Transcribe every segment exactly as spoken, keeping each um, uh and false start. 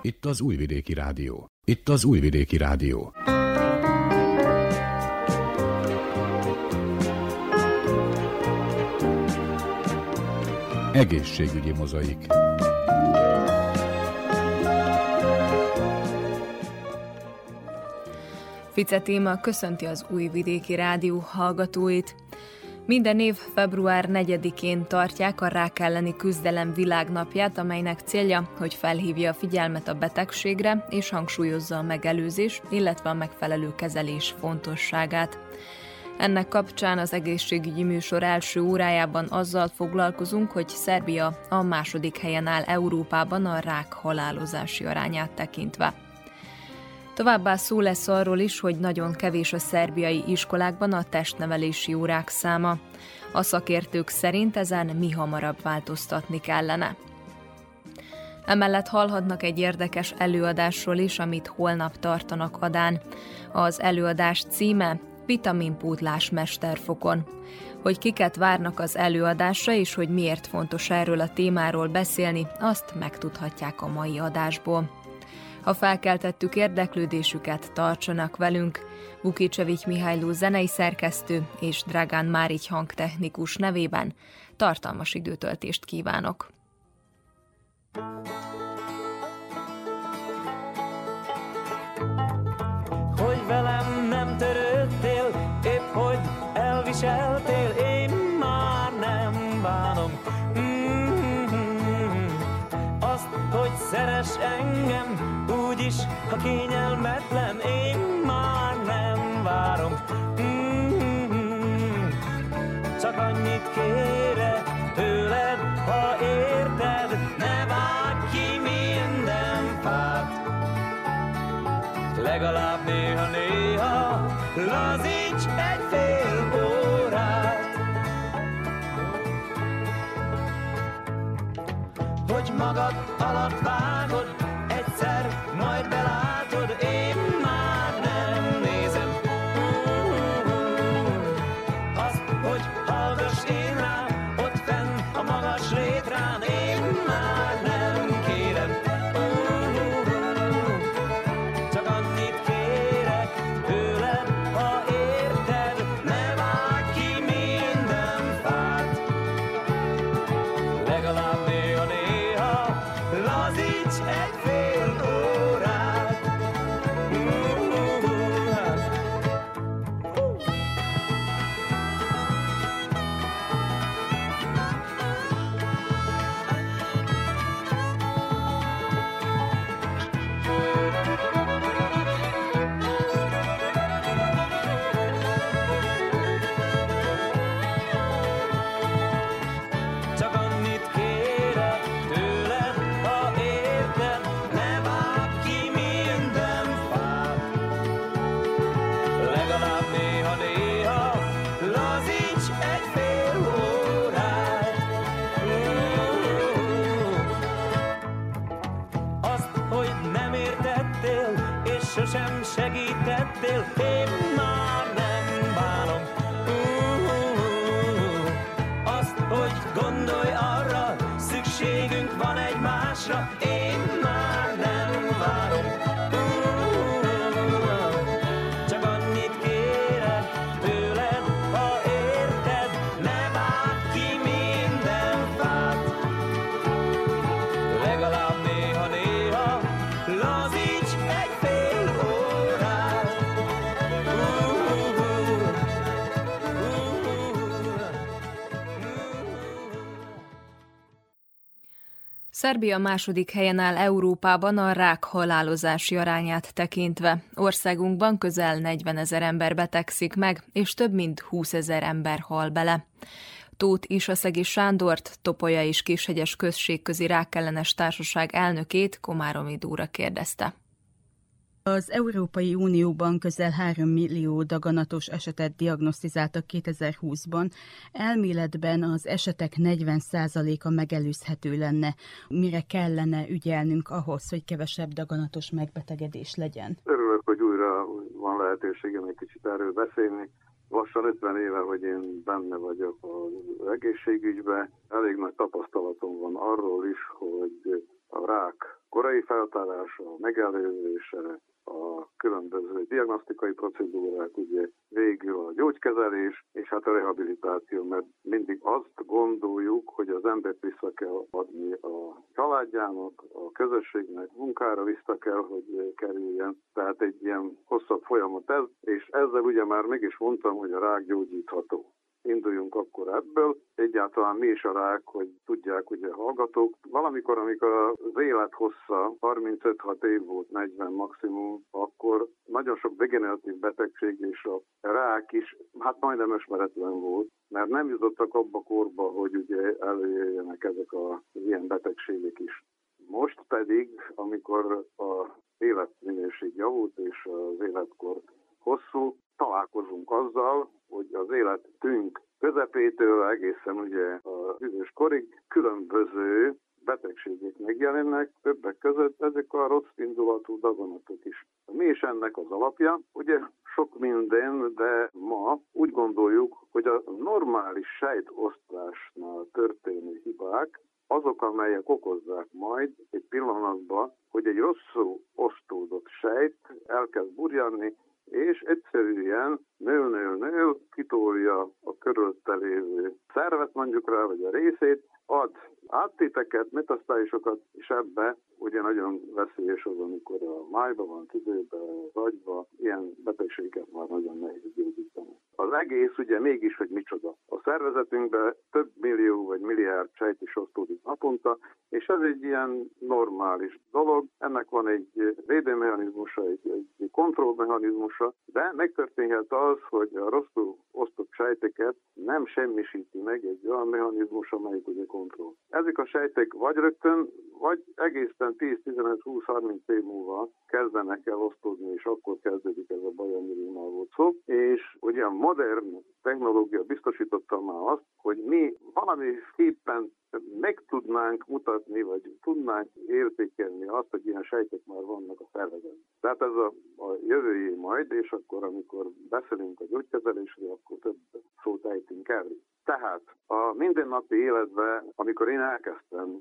Itt az Újvidéki Rádió. Itt az Újvidéki Rádió. Egészségügyi mozaik. Fice Téma köszönti az Újvidéki Rádió hallgatóit. Minden év február negyedikén tartják a rák elleni küzdelem világnapját, amelynek célja, hogy felhívja a figyelmet a betegségre és hangsúlyozza a megelőzés, illetve a megfelelő kezelés fontosságát. Ennek kapcsán az egészségügyi műsor első órájában azzal foglalkozunk, hogy Szerbia a második helyen áll Európában a rák halálozási arányát tekintve. Továbbá szó lesz arról is, hogy nagyon kevés a szerbiai iskolákban a testnevelési órák száma. A szakértők szerint ezen mihamarabb változtatni kellene. Emellett hallhatnak egy érdekes előadásról is, amit holnap tartanak Adán. Az előadás címe Vitaminpótlás mesterfokon. Hogy kiket várnak az előadásra és hogy miért fontos erről a témáról beszélni, azt megtudhatják a mai adásból. Ha felkeltettük érdeklődésüket, tartsanak velünk. Vukicevics Mihályló zenei szerkesztő és Dragán Márics hangtechnikus nevében tartalmas időtöltést kívánok. Hogy velem nem törődtél, épp hogy elviseltél, én már nem bánom. Mm-hmm. Azt, hogy szeress engem, úgyis, ha kényelmetlen, én már nem várom. Mm-hmm. Csak annyit kérek tőled, ha érted, ne vágj ki minden fát. Legalább néha-néha lazíts egy fél órát. Hogy magad alatt vágod, egyszer majd belátod, én már nem nézem. Azt, hogy hallgass én rám, ott fenn a magas létrán, én már nem kérem. Csak annyit kérek tőled, ha érted, ne vágj ki minden fát. Legalább néha-néha lazíts egy fél órát. Csak annyit kérek tőled, ha érted, ne vágj ki minden fát. Legalább néha-néha lazíts egy fél órát. Azt, hogy nem értettél, és sosem segítettél, én már nem bánom. Azt, hogy gondolj arra, szükségünk van egymásra, én már nem várom. Csak annyit kérek tőled, ha érted, ne vágj ki minden fát. Legalább néha-néha lazíts egy fél órát. Szerbia második helyen áll Európában a rák halálozási arányát tekintve. Országunkban közel negyvenezer ember betegszik meg, és több mint húszezer ember hal bele. Tóth Isaszegi Sándort, Topolya és Kishegyes községközi rákellenes társaság elnökét, Komáromi Dóra kérdezte. Az Európai Unióban közel három millió daganatos esetet diagnosztizáltak kétezer-húszban. Elméletben az esetek negyven százaléka megelőzhető lenne. Mire kellene ügyelnünk ahhoz, hogy kevesebb daganatos megbetegedés legyen? Örülök, hogy újra van lehetőségem egy kicsit erről beszélni. Lassan ötven éve, hogy én benne vagyok az egészségügyben. Elég nagy tapasztalatom van arról is, hogy a rák korai feltárása, megelőzése, a különböző diagnosztikai procedúrák, ugye végül a gyógykezelés, és hát a rehabilitáció, mert mindig azt gondoljuk, hogy az embert vissza kell adni a családjának, a közösségnek, munkára vissza kell, hogy kerüljen. Tehát egy ilyen hosszabb folyamat ez, és ezzel ugye már meg is mondtam, hogy a rák gyógyítható. Induljunk akkor ebből. Egyáltalán mi is a rák, hogy tudják ugye hallgatók. Valamikor, amikor az élet hossza harmincöt-hat év volt, negyven maximum, akkor nagyon sok degeneratív betegség és a rák is, hát majdnem ismeretlen volt, mert nem jutottak abba korba, hogy ugye előjöjjenek ezek az ilyen betegségek is. Most pedig, amikor az életminőség javult és az életkor hosszú, találkozunk azzal, hogy az életünk közepétől egészen ugye a idős korig különböző betegségek megjelennek, többek között ezek a rossz indulatú daganatok is. Mi is ennek az alapja? Ugye sok minden, de ma úgy gondoljuk, hogy a normális sejtosztásnál történő hibák azok, amelyek okozzák majd egy pillanatban, hogy egy rosszul osztódott sejt elkezd burjanni, és egyszerűen nő-nő-nő kitolja a körülötte lévő szervet, mondjuk rá, vagy a részét, ad áttéteket, metasztálisokat, és ebbe ugye nagyon veszélyes az, amikor a májba van, tüdőbe, az agyba, ilyen betegségeket már nagyon nehéz gyógyítani. Az egész ugye mégis, hogy micsoda. A szervezetünkben több millió vagy milliárd sejt is osztódik naponta, és ez egy ilyen normális dolog. Ennek van egy védőmechanizmusa, egy, egy kontrollmechanizmusa, de megtörténhet az, hogy a rosszul osztott sejteket nem semmisíti meg egy olyan mechanizmus, amelyik ugye kontroll. Ezek a sejtek vagy rögtön, vagy egészen tíz, tizenöt, húsz, harminc év múlva kezdenek el osztódni, és akkor kezdődik ez a baj, amiről már volt szó. És ugye a modern technológia biztosította már azt, hogy mi valamiképpen meg tudnánk mutatni, vagy tudnánk értékelni azt, hogy ilyen sejtek már vannak a szervezetben. Tehát ez a, a jövőjé majd, és akkor, amikor beszélünk a gyógykezelésről, akkor több szót ejtünk erről. Tehát a mindennapi életben, amikor én elkezdtem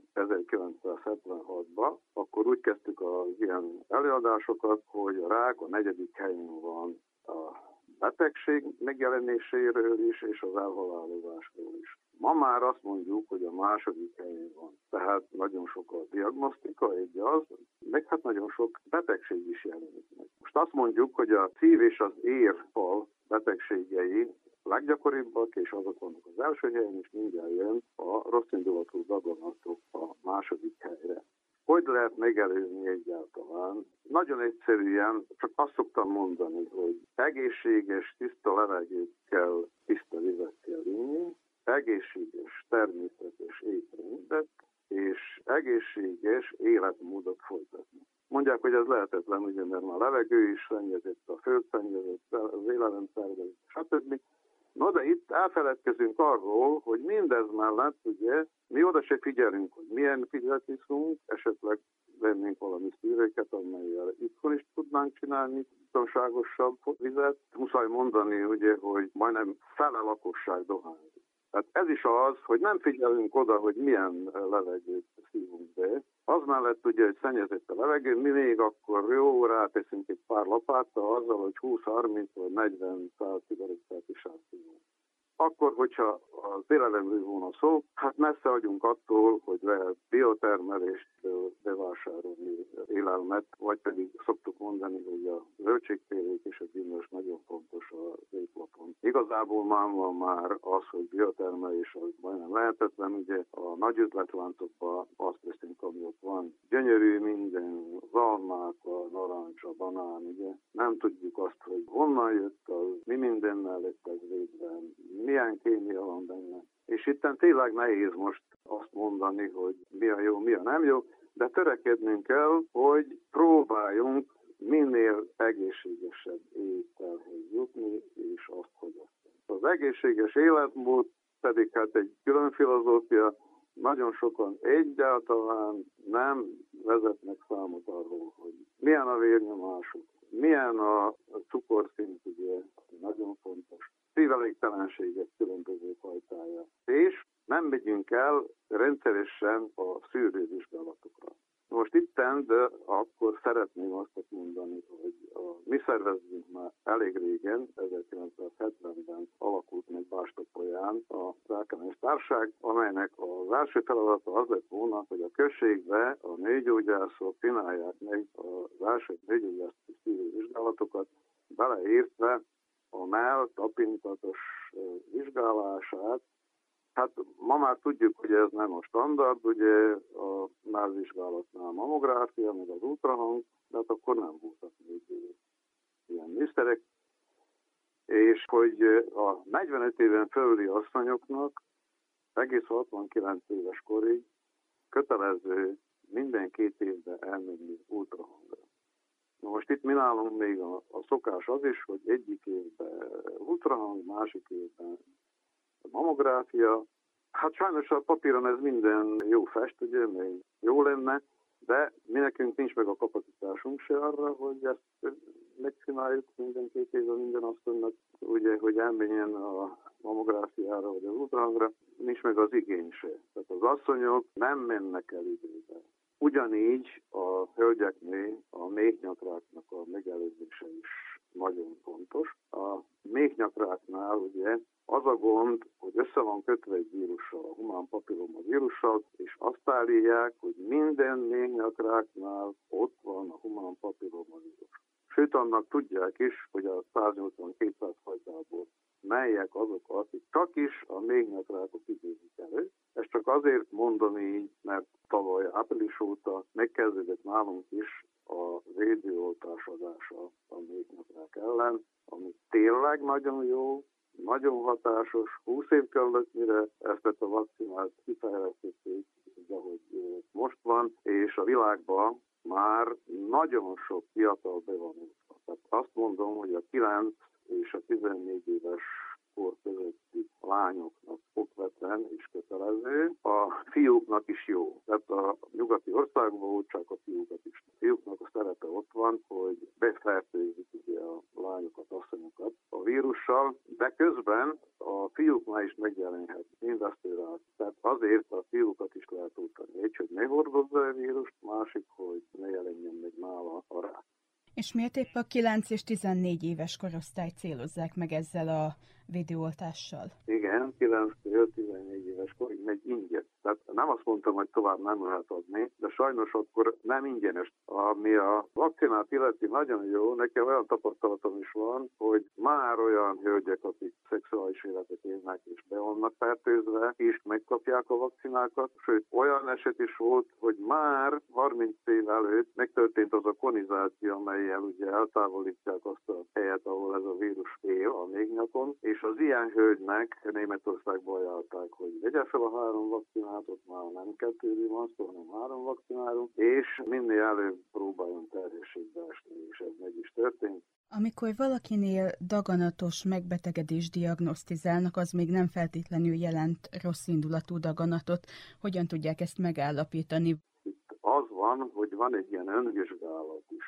ezerkilencszázhetvenhatban, akkor úgy kezdtük az ilyen előadásokat, hogy a rák a negyedik helyen van a betegség megjelenéséről is, és az elhalálozásról is. Ma már azt mondjuk, hogy a második helyen van. Tehát nagyon sok a diagnosztika, egy az, meg hát nagyon sok betegség is jelenik meg. Most azt mondjuk, hogy a szív- és az érfal betegségei leggyakoribbak, és azok vannak az első helyen, és mindjárt jön a rossz indulatú daganatok a második helyre. Hogy lehet megelőzni egyáltalán? Nagyon egyszerűen, csak azt szoktam mondani, hogy egészséges, tiszta levegőt kell, tiszta vizet kell inni, egészséges, természetes étrendet, és egészséges életmódot folytatni. Mondják, hogy ez lehetetlen, ugye, mert a levegő is szennyezett, a föld szennyezett, az élelem szennyezett, stb. No, de itt elfeledkezünk arról, hogy mindez mellett, ugye, mi oda se figyelünk, hogy milyen vizet iszunk, esetleg vennénk valami szűrőket, amelyel itthon is tudnánk csinálni biztonságosabb vizet. Muszáj mondani, ugye, hogy majdnem fele lakosság dohányozik. Tehát ez is az, hogy nem figyelünk oda, hogy milyen levegőt szívunk be. Az mellett ugye, hogy szennyezett a levegő, mi még akkor jó, ráteszünk egy pár lapáttal azzal, hogy húsz, harminc vagy negyven száz cigarettát is átszívunk. Akkor, hogyha az élelemről volna szó, hát messze vagyunk attól, hogy lehet biotermeléstől bevásárolni élelmet, vagy pedig szoktuk mondani, hogy a zöldségfélék és a gyümölcs nagyon fontos az étlapon. Igazából már van már az, hogy biotermelés az majdnem lehetetlen, ugye a nagy üzletláncokban azt veszünk, ami ott van. Gyönyörű minden, az almák, a narancs, a banán, ugye. Nem tudjuk azt, hogy honnan jött az, mi mindennel lett ez védve, milyen kémia van benne. És itten tényleg nehéz most azt mondani, hogy mi a jó, mi a nem jó, de törekednünk kell, hogy próbáljunk minél egészségesebb ételhez jutni, és azt fogyasztani. Az egészséges életmód pedig hát egy külön filozófia, nagyon sokan egyáltalán nem vezetnek számot arról, hogy milyen a vérnyomásuk, milyen a cukorszint, ugye, nagyon fontos, szívelégtelenségek különböző fajtája. És nem megyünk el rendszeresen a szűrővizsgálatokra. Most itten, de akkor szeretném azt mondani, hogy a mi szervezetünk már elég régen, ezerkilencszázhetvenben alakult meg Bástopolyán a Rákellenes Társaság, amelynek az első feladata az lett volna, hogy a községbe a nőgyógyászok csinálják meg az első nőgyógyászati vizsgálatokat, beleértve a mell tapintatos vizsgálását. Hát ma már tudjuk, hogy ez nem a standard, ugye a mellvizsgálatnál mamográfia, meg az ultrahang, de hát akkor nem voltak még ilyen műszerek. És hogy a negyvenöt éven fölüli asszonyoknak egész hatvankilenc éves korig kötelező minden két évben elmenni ultrahangra. Na most itt mi nálunk még a, a szokás az is, hogy egyik évben ultrahang, másik évben mamográfia. Hát sajnos a papíron ez minden jó fest, ugye, még jó lenne, de mi nekünk nincs meg a kapacitásunk se arra, hogy ezt megcsináljuk minden két évben minden asszonynak, ugye, hogy elmenjen a mamográfiára vagy az ultrahangra, nincs meg az igény se. Tehát az asszonyok nem mennek el időben. Ugyanígy a hölgyeknél a méhnyakráknak a megelőzése is nagyon fontos. A méhnyakráknál ugye az a gond, hogy össze van kötve egy vírussal, a humán papilloma vírussal, és azt állítják, hogy minden méhnyakráknál ott van a humán papilloma vírus. Sőt, annak tudják is, hogy a száznyolcvan-kétszáz fajtából melyek azok, akik csak is a méhnyakrákot idézik elő. Ezt csak azért mondom így, mert tavaly április óta megkezdődött nálunk is a védőoltás adása a méhnyakrák ellen, ami tényleg nagyon jó, nagyon hatásos. húsz év kellett, mire ezt a vakcinát kifejlesztették, ahogy most van, és a világban már nagyon sok fiatal be van útva. Tehát azt mondom, hogy a kilenc és a tizennégy éves kor közötti lányoknak okvetlen és kötelező, a fiúknak is jó. Tehát a nyugati országban úgy csak a fiúkat is. A fiúknak a szerepe ott van, hogy befertőzik ugye a lányokat, asszonyokat a vírussal, de közben a fiúknál is megjelenhet mindaztőre. Tehát azért a fiúkat is lehet utani. Egy, hogy ne hordozza a vírust, másik, hogy ne jelenjen meg nála a rák. És miért épp a kilenc és tizennégy éves korosztályt célozzák meg ezzel a védőoltással? Igen, kilenc-től tizennégy éves korig megy ingyen. Tehát nem azt mondtam, hogy tovább nem lehet adni, de sajnos akkor nem ingyenes. Ami a vakcinát illeti nagyon jó, nekem olyan tapasztalatom is van, hogy már olyan hölgyek, akik szexuális életet élnek és be vannak fertőzve, is megkapják a vakcinákat. Sőt, olyan eset is volt, hogy már harminc év előtt megtörtént az a konizáció, amelyel ugye eltávolítják azt a helyet, ahol ez a vírus él a méhnyakon, és az ilyen hölgynek Németországban ajánlották, hogy vegye fel a három vakcinát, ott már nem kettőről van szó, hanem három vakcinálunk, és minél előbb próbáljon terhességbe esni, és ez meg is történt. Amikor valakinél daganatos megbetegedést diagnosztizálnak, az még nem feltétlenül jelent rosszindulatú daganatot. Hogyan tudják ezt megállapítani? Itt az van, hogy van egy ilyen önvizsgálat is.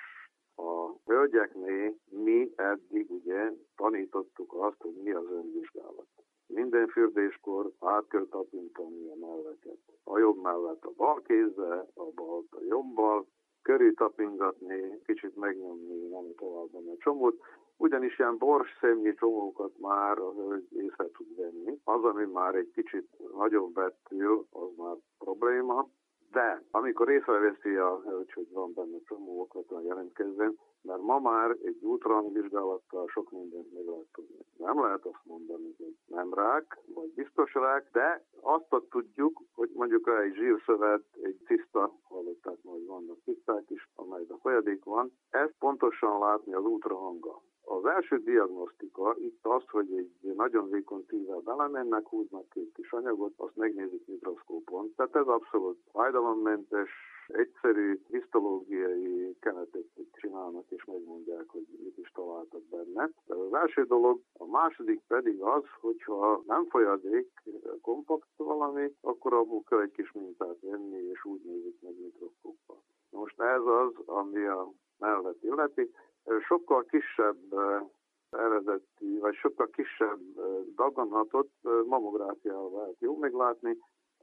A hölgyeknél mi eddig ugye tanítottuk azt, hogy mi az önvizsgálat. Minden fürdéskor át kell tapintani a melleket. A jobb mellett a bal kézzel, a bal a jobbal, körül tapingatni, kicsit megnyomni, nem tovább a csomót. Ugyanis ilyen bors szemnyi csomókat már a hölgy észre tud venni. Az, ami már egy kicsit nagyobb betűl, az már probléma. De amikor észreveszi a hölgy, hogy van benne csomókat a jelentkezzen, mert ma már egy ultrahangvizsgálattal sok mindent meg lehet tudni. Nem lehet azt mondani, hogy nem rák, vagy biztos rák, de azt tudjuk, hogy mondjuk egy zsírszövet, egy ciszta, hallották majd vannak ciszták is, amelyben folyadék van, ezt pontosan látni az ultrahanggal. Az első diagnosztika itt az, hogy egy nagyon vékony tűvel belemennek, húznak két kis anyagot, azt megnézik mikroszkópon. Tehát ez abszolút fájdalommentes, egyszerű hisztológiai kenetet csinálnak, és megmondják, hogy mit is találtak benne. De az első dolog, a második pedig az, hogyha nem folyadék, kompakt valami, akkor abból kell egy kis mintát venni, és úgy nézik meg mikroszkóppal. Most ez az, ami a mellet illeti. Sokkal kisebb eredeti, vagy sokkal kisebb daganatot mamográfiával lehet jó meglátni.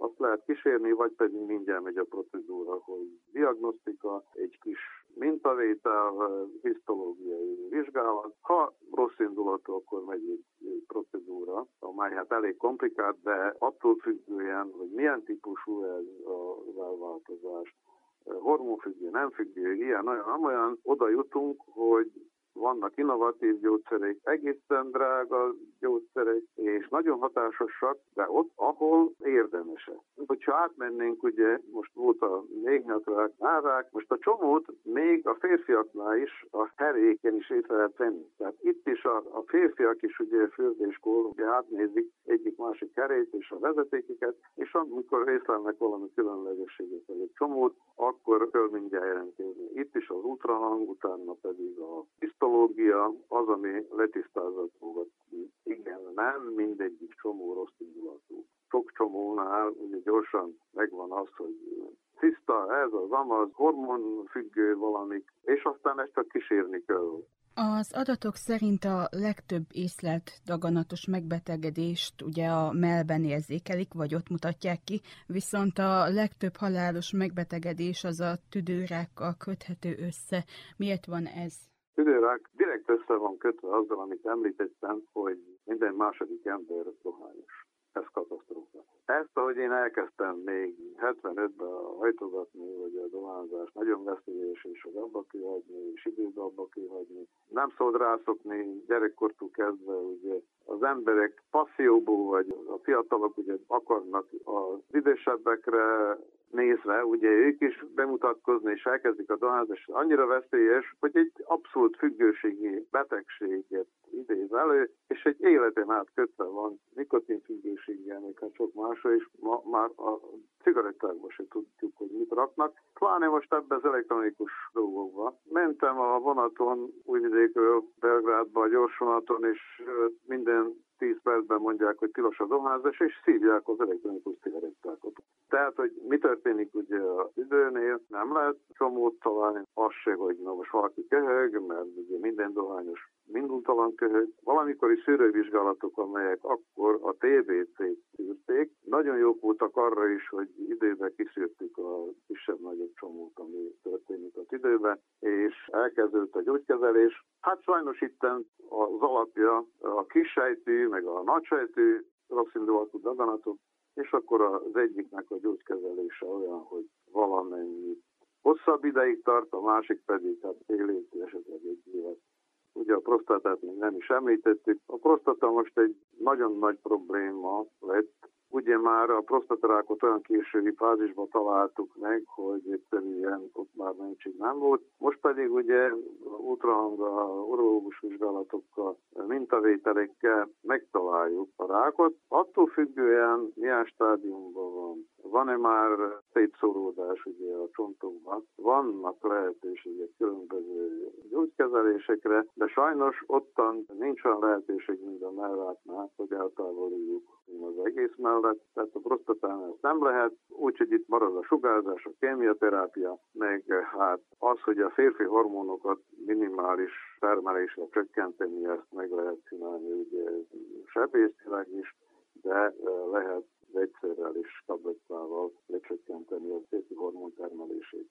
azt lehet kísérni, vagy pedig mindjárt megy a procedúra, hogy diagnosztika, egy kis mintavétel, hisztológiai vizsgálat. Ha rossz indulatú, akkor megy egy, egy procedúra, amely hát elég komplikált, de attól függően, hogy milyen típusú ez a változás, hormonfüggő, nem függő, ilyen, olyan, olyan, oda jutunk, hogy vannak innovatív gyógyszerek, egészen drága gyógyszerek, és nagyon hatásosak, de ott, ahol érdemesek. Hogyha átmennénk, ugye, most volt a méhnyatrák, nárák, most a csomót még a férfiaknál is a heréken is észre lehet venni. Tehát itt is a, a férfiak is ugye fürdéskor ugye átnézik egyik-másik herét és a vezetékeket, és amikor észlelnek valami különlegességet egy csomót, akkor kell mindjárt jelentkezni. Itt is az ultrahang, utána pedig a hisztológia az, ami letisztázott magat. Igen, nem mindegyik csomó rossz indulatú. Sok csomónál ugye gyorsan megvan az, hogy tiszta, ez az amaz, hormonfüggő valamik, és aztán ezt csak kísérni kell. Az adatok szerint a legtöbb észlelt daganatos megbetegedést ugye a mellben érzékelik, vagy ott mutatják ki, viszont a legtöbb halálos megbetegedés az a tüdőrákkal köthető össze. Miért van ez? Tüdőrák direkt össze van kötve azzal, amit említettem, hogy minden második ember dohányos. Ez katasztrófa. Ezt, ahogy én elkezdtem még hetvenötben hajtogatni, hogy a dohányzás nagyon veszélyes, és hogy abba kell hagyni, és időt abba kell hagyni. Nem szabad rászokni gyerekkortól kezdve, ugye az emberek passzióból, vagy a fiatalok ugye akarnak az idősebbekre nézve, ugye ők is bemutatkozni, és elkezdik a dohányzás. Annyira veszélyes, hogy egy abszolút függőségi betegséget idéz elő, és egy életen át kötve van nikotinfüggőséggel, még hát sok másra is. Ma már a cigarettákban se tudjuk, hogy mit raknak. Pláne most ebben az elektronikus dolgokban. Mentem a vonaton Újvidékről Belgrádba a gyorsvonaton, és minden tíz percben mondják, hogy tilos a dohányzás, és szívják az elektronikus cigarettákat. Tehát, hogy mi történik ugye az időnél, nem lehet csomót találni, az se, hogy na most valaki köhög, mert ugye minden dohányos minduntalan köhög. Valamikori szűrővizsgálatok, amelyek akkor a té bé cét szűrték, nagyon jók voltak arra is, hogy időben kiszűrtük a kisebb-nagyobb csomót, ami történik a tüdőben, és elkezdődött a gyógykezelés. Hát sajnos itten az alapja a kissejtű, meg a nagysejtű rossz indulatú daganatok, és akkor az egyiknek a gyógykezelése olyan, hogy valamennyi hosszabb ideig tart, a másik pedig hát fél év, esetleg egy évet. Ugye a prostatát még nem is említettük. A prostata most egy nagyon nagy probléma lett. Ugye már a prostatarákot olyan késői fázisban találtuk meg, hogy egyszerűen ott már mentség nem volt. Most pedig ugye ultrahanggal, urológus vizsgálatokkal, mintavételekkel megtaláljuk a rákot. Attól függően milyen stádiumban van. Van-e már szétszóródás ugye a csontokban? Vannak lehetőségek különböző gyógykezelésekre, de sajnos ottan nincs olyan lehetőség, mint a mellátnál, hogy eltávolítjuk az egész mellett. Tehát a prostatánál ezt nem lehet, úgyhogy itt marad a sugárzás, a kémiaterápia, meg hát az, hogy a férfi hormonokat minimális termelésre csökkenteni, ezt meg lehet csinálni ugye sebészileg is, de lehet vegyszerrel és tablettával lecsökkenteni a férfi hormon termelését.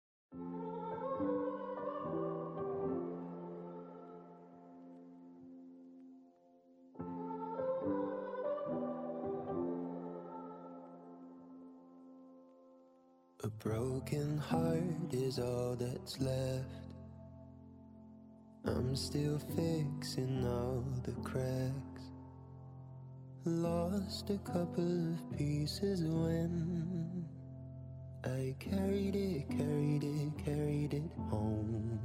A broken heart is all that's left. I'm still fixing all the cracks. Lost a couple of pieces when I carried it, carried it, carried it home.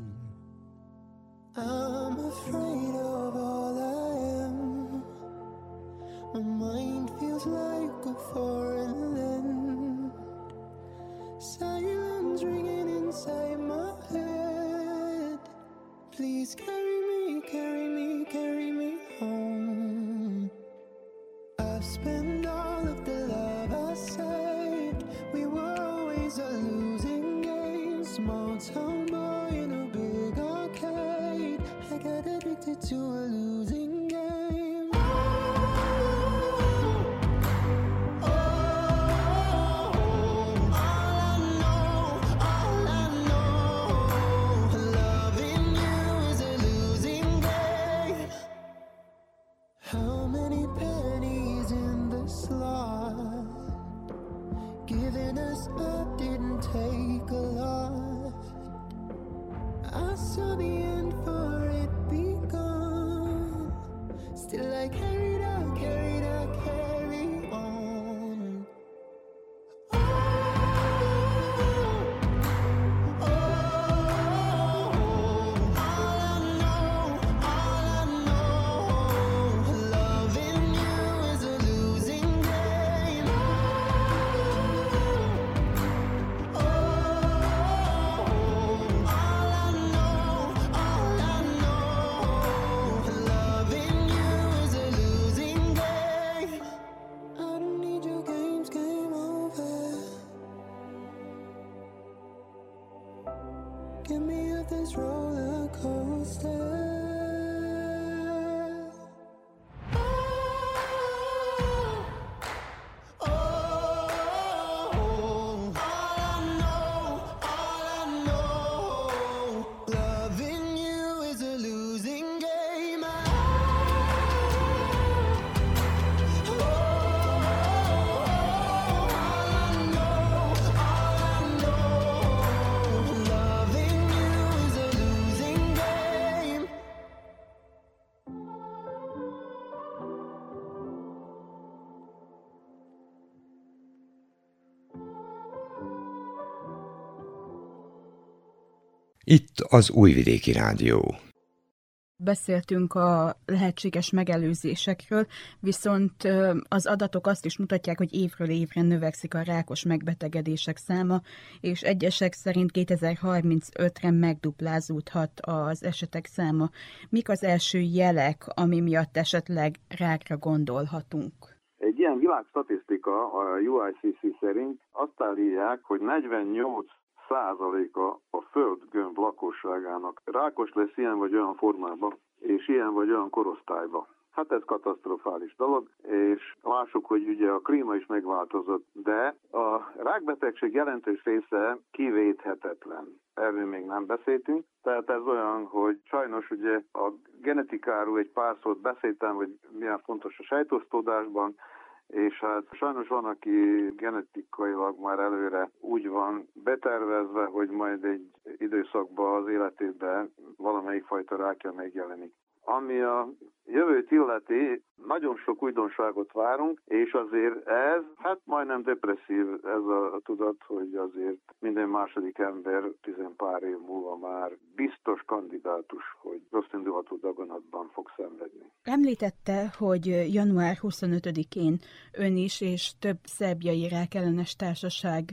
I'm afraid of all I am. My mind feels like a foreign land. Silence ringing inside my head. Please carry me, carry me, carry me home. I've spent all of the love I saved. We were always a losing game. Small town boy in a big arcade. I got addicted to a losing game. Oh, oh, oh. take a lot. I saw the end for it begun. Still I carried out, carried out, carry on. Oh, oh, oh, all I know, all I know, loving you is a losing game. Oh, all I know, all I know, loving you is a losing game. I don't need your games, game over. Get me off this roller coaster. Oh, oh, all I know, all I know, loving you is a losing game. Oh, all I know, all I know, loving you is a losing game. Itt az Újvidéki Rádió. Beszéltünk a lehetséges megelőzésekről, viszont ö, az adatok azt is mutatják, hogy évről évre növekszik a rákos megbetegedések száma, és egyesek szerint kétezer-harmincötre megduplázódhat az esetek száma. Mik az első jelek, ami miatt esetleg rákra gondolhatunk? Egy ilyen világstatisztika a U I C C szerint azt állítják, hogy negyvennyolc százaléka a földgömb lakosságának rákos lesz ilyen vagy olyan formában, és ilyen vagy olyan korosztályban. Hát ez katasztrofális dolog, és lássuk, hogy ugye a klíma is megváltozott, de a rákbetegség jelentős része kivéthetetlen. Erről még nem beszéltünk, tehát ez olyan, hogy sajnos ugye a genetikáról egy pár szót beszéltem, hogy milyen fontos a sejtosztódásban, és hát sajnos van, aki genetikailag már előre úgy van betervezve, hogy majd egy időszakban az életében valamelyik fajta rákja megjelenik. Ami a jövőt illeti, nagyon sok újdonságot várunk, és azért ez, hát majdnem depresszív ez a tudat, hogy azért minden második ember tizenpár év múlva már biztos kandidátus, hogy rosszindulatú daganatban fog szenvedni. Említette, hogy január huszonötödikén ön is és több szerbiai rákellenes társaság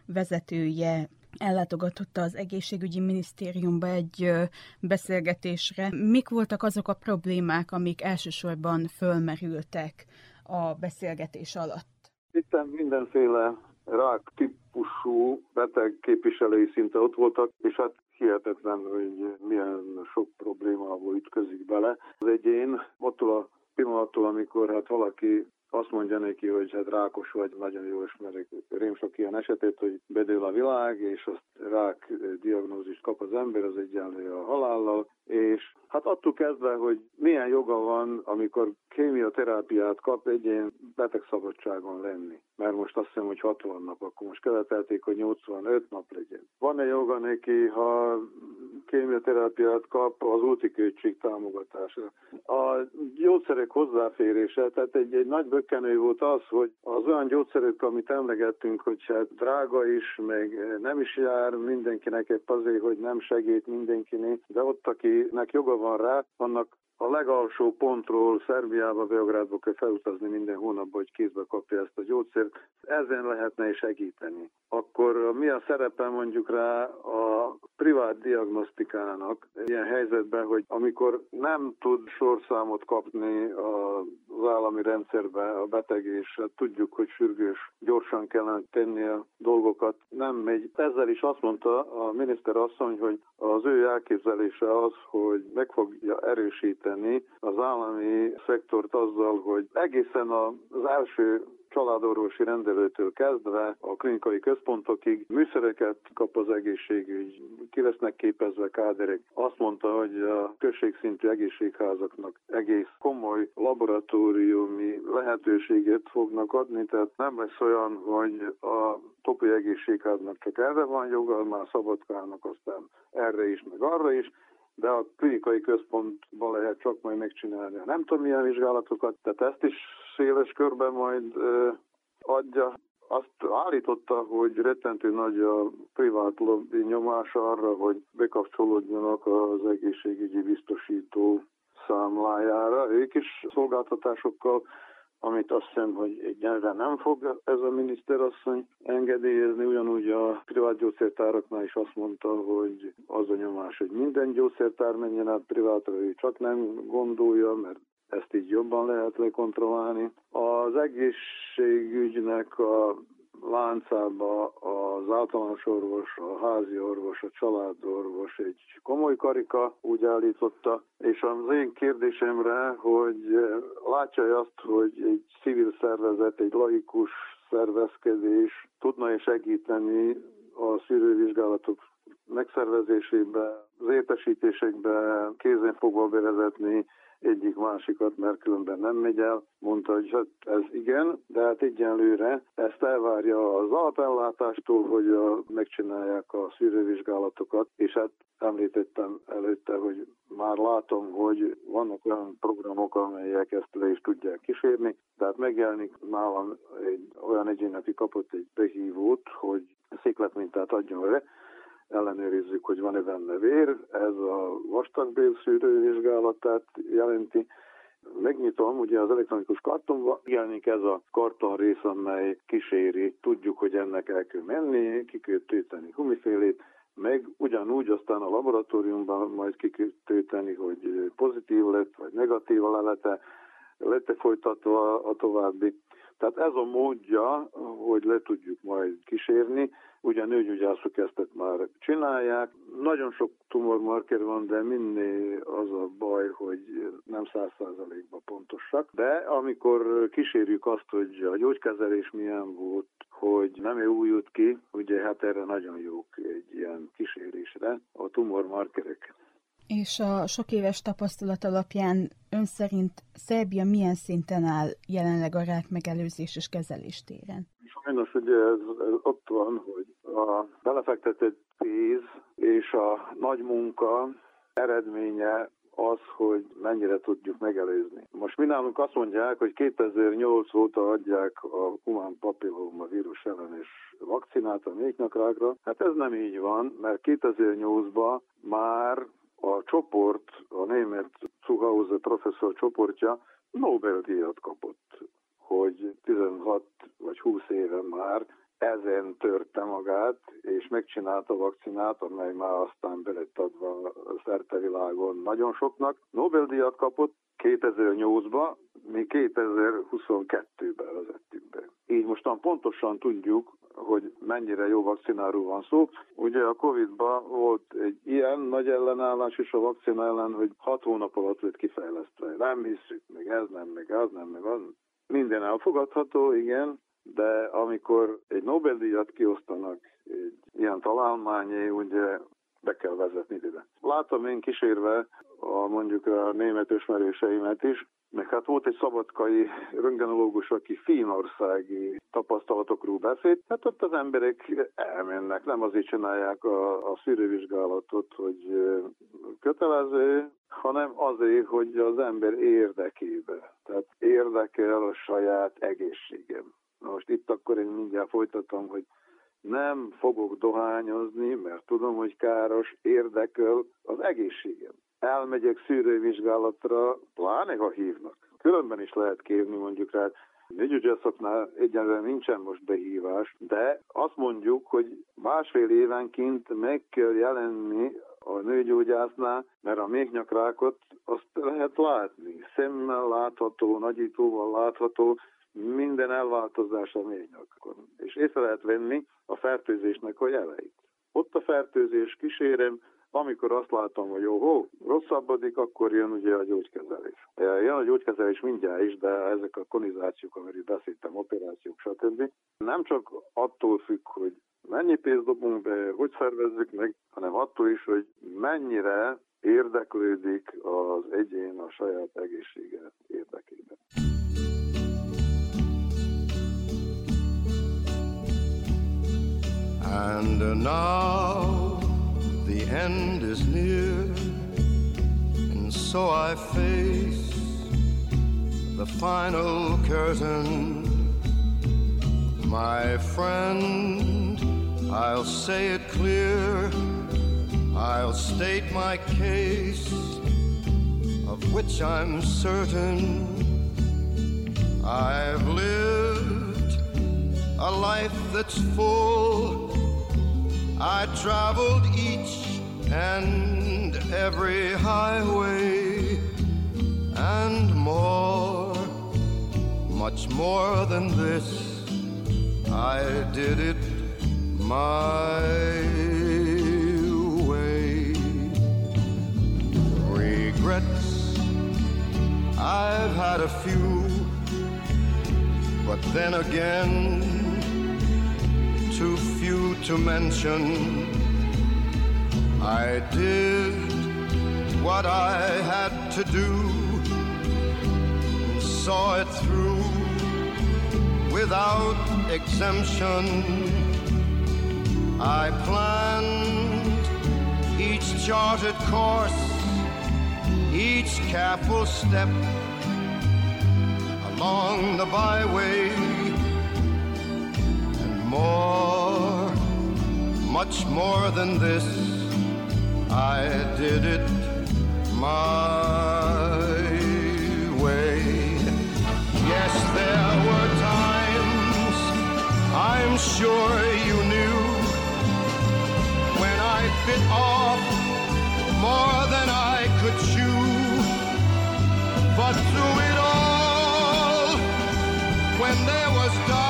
vezetője ellátogatott az egészségügyi minisztériumba egy beszélgetésre. Mik voltak azok a problémák, amik elsősorban fölmerültek a beszélgetés alatt? Itt mindenféle rák típusú beteg képviselői szinte ott voltak, és hát hihetetlen, hogy milyen sok problémából ütközik bele. Az egyén attól a pillanattól, amikor hát valaki azt mondja neki, hogy hát rákos vagy, nagyon jól ismerek rém sok ilyen esetét, hogy bedől a világ, és azt rák diagnózist kap az ember, az egyenlő a halállal, és hát attól kezdve, hogy milyen joga van, amikor kémioterápiát kap, egy ilyen betegszabadságon lenni. Mert most azt hiszem, hogy hatvan nap, akkor most követelték, hogy nyolcvanöt nap legyen. Van-e joga neki, ha kémioterápiát kap, az úti költség támogatása? A gyógyszerek hozzáférése, tehát egy, egy nagy bökkenő volt az, hogy az olyan gyógyszerek, amit emlegettünk, hogy hát drága is, meg nem is jár mindenkinek épp azért, hogy nem segít mindenkinek, de ott, akinek joga van rá, annak a legalsó pontról Szerbiába, Beográdba kell felutazni minden hónapban, hogy kézbe kapja ezt a gyógyszert. Ezen lehetne segíteni. Akkor mi a szerepe mondjuk rá a privát diagnosztikának ilyen helyzetben, hogy amikor nem tud sorszámot kapni az állami rendszerbe a beteg, és tudjuk, hogy sürgős, gyorsan kellene tenni a dolgokat, nem megy. Ezzel is azt mondta a miniszter asszony, hogy az ő elképzelése az, hogy meg fogja erősíteni az állami szektort azzal, hogy egészen az első családorvosi rendelőtől kezdve a klinikai központokig műszereket kap az egészségügy, ki lesznek képezve káderek. Azt mondta, hogy a községszintű egészségházaknak egész komoly laboratóriumi lehetőséget fognak adni, tehát nem lesz olyan, hogy a topi egészségháznak csak erre van joga, már Szabadkának aztán erre is, meg arra is, de a klinikai központban lehet csak majd megcsinálni a nem tudom milyen vizsgálatokat, tehát ezt is széles körben majd ö, adja. Azt állította, hogy rettentő nagy a privát lobby nyomás arra, hogy bekapcsolódjanak az egészségügyi biztosító számlájára. Ők is szolgáltatásokkal, amit azt hiszem, hogy egyenre nem fog ez a miniszterasszony engedélyezni. Ugyanúgy a privát gyógyszertáraknál is azt mondta, hogy az a nyomás, hogy minden gyógyszertár menjen át privátra, ő csak nem gondolja, mert ezt így jobban lehet lekontrollálni. Az egészségügynek a láncába az általános orvos, a házi orvos, a családorvos egy komoly karika, úgy állította, és az én kérdésemre, hogy látja azt, hogy egy civil szervezet, egy laikus szervezkedés tudna segíteni a szűrővizsgálatok megszervezésébe, az értesítésekbe kézen fogva bevezetni egyik másikat, mert különben nem megy el. Mondta, hogy hát ez igen, de hát egyenlőre ezt elvárja az alapellátástól, hogy a, megcsinálják a szűrővizsgálatokat, és hát említettem előtte, hogy már látom, hogy vannak olyan programok, amelyek ezt le is tudják kísérni, tehát megjelenik nálam egy olyan egyén, aki kapott egy behívót, hogy székletmintát adjon le, ellenőrizzük, hogy van-e benne vér, ez a vastagbélszűrő vizsgálatát jelenti. Megnyitom, ugye az elektronikus kartonba jelenik ez a karton rész, amely kíséri, tudjuk, hogy ennek el kell menni, ki kell tölteni humifélét, meg ugyanúgy aztán a laboratóriumban majd ki kell tölteni, hogy pozitív lett, vagy negatív a lelete, lett folytatva a további. Tehát ez a módja, hogy le tudjuk majd kísérni. Ugye a nőgyógyászok ezt már csinálják. Nagyon sok tumormarker van, de minél az a baj, hogy nem száz százalékban pontosak. De amikor kísérjük azt, hogy a gyógykezelés milyen volt, hogy nem újult ki, ugye hát erre nagyon jók egy ilyen kísérésre a tumormarkerek. És a sok éves tapasztalat alapján ön szerint Szerbia milyen szinten áll jelenleg a rák megelőzés és kezelés téren? Sajnos ugye ez, ez ott van, hogy a belefektetett pénz és a nagy munka eredménye az, hogy mennyire tudjuk megelőzni. Most mi nálunk azt mondják, hogy kétezer-nyolc óta adják a humán papilloma vírus ellenes vakcinát a méhnyakrákra. Hát ez nem így van, mert kétezer-nyolcban már a csoport, a német Zuhause professzor csoportja Nobel-díjat kapott, hogy tizenhat vagy húsz éve már ezen törte magát, és megcsinálta a vakcinát, amely már aztán be lett adva szerte világon nagyon soknak. Nobel-díjat kapott kétezer-nyolcban, mi kétezer-huszonkettőben vezettük be. Így mostan pontosan tudjuk, hogy mennyire jó vakcináról van szó. Ugye a Covid-ban volt egy ilyen nagy ellenállás is a vakcina ellen, hogy hat hónap alatt lett kifejlesztve. Nem hiszük, meg ez nem, meg az nem, meg az. Minden elfogadható, igen, de amikor egy Nobel-díjat kiosztanak egy ilyen találmányé, ugye be kell vezetni ide. Látom én kísérve a, mondjuk a német ismerőseimet is, meg hát volt egy szabadkai röntgenológus, aki finnországi tapasztalatokról beszélt. Hát ott az emberek elmennek, nem azért csinálják a, a szűrővizsgálatot, hogy kötelező, hanem azért, hogy az ember érdekébe. Tehát érdekel a saját egészségem. Na most itt akkor én mindjárt folytatom, hogy nem fogok dohányozni, mert tudom, hogy káros, érdekel az egészségem. Elmegyek szűrővizsgálatra, pláne ha hívnak. Különben is lehet kérni mondjuk rá. Nőgyógyászoknál egyenlően nincsen most behívás, de azt mondjuk, hogy másfél évenként meg kell jelenni a nőgyógyásznál, mert a méhnyakrákot azt lehet látni. Szemmel látható, nagyítóval látható, minden elváltozás a méhnyakon. És észre lehet venni a fertőzésnek a jeleit. Ott a fertőzés kísérem, Amikor azt látom, hogy jó, hó, rosszabbodik, akkor jön ugye a gyógykezelés. Jön a gyógykezelés mindjárt is, de ezek a konizációk, amiről beszéltem, operációk, stb. Nem csak attól függ, hogy mennyi pénzt dobunk be, hogy szervezzük meg, hanem attól is, hogy mennyire érdeklődik az egyén a saját egészsége érdekében. And now the end is near, and so I face the final curtain. My friend, I'll say it clear, I'll state my case, of which I'm certain. I've lived a life that's full. I traveled each and every highway and more, much more than this. I did it my way. Regrets, I've had a few, but then again, too few to mention. I did what I had to do and saw it through without exemption. I planned each charted course, each careful step along the byway. More, much more than this, I did it my way. Yes, there were times, I'm sure you knew, when I bit off more than I could chew. But through it all, when there was doubt,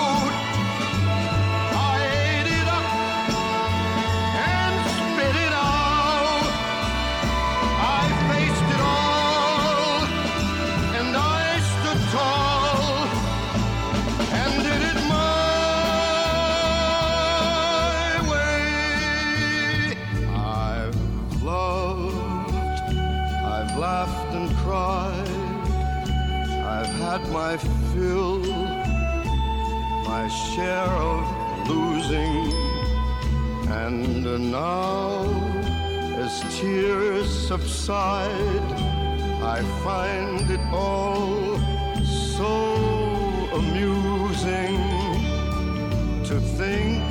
had my fill, my share of losing, and now as tears subside, I find it all so amusing to think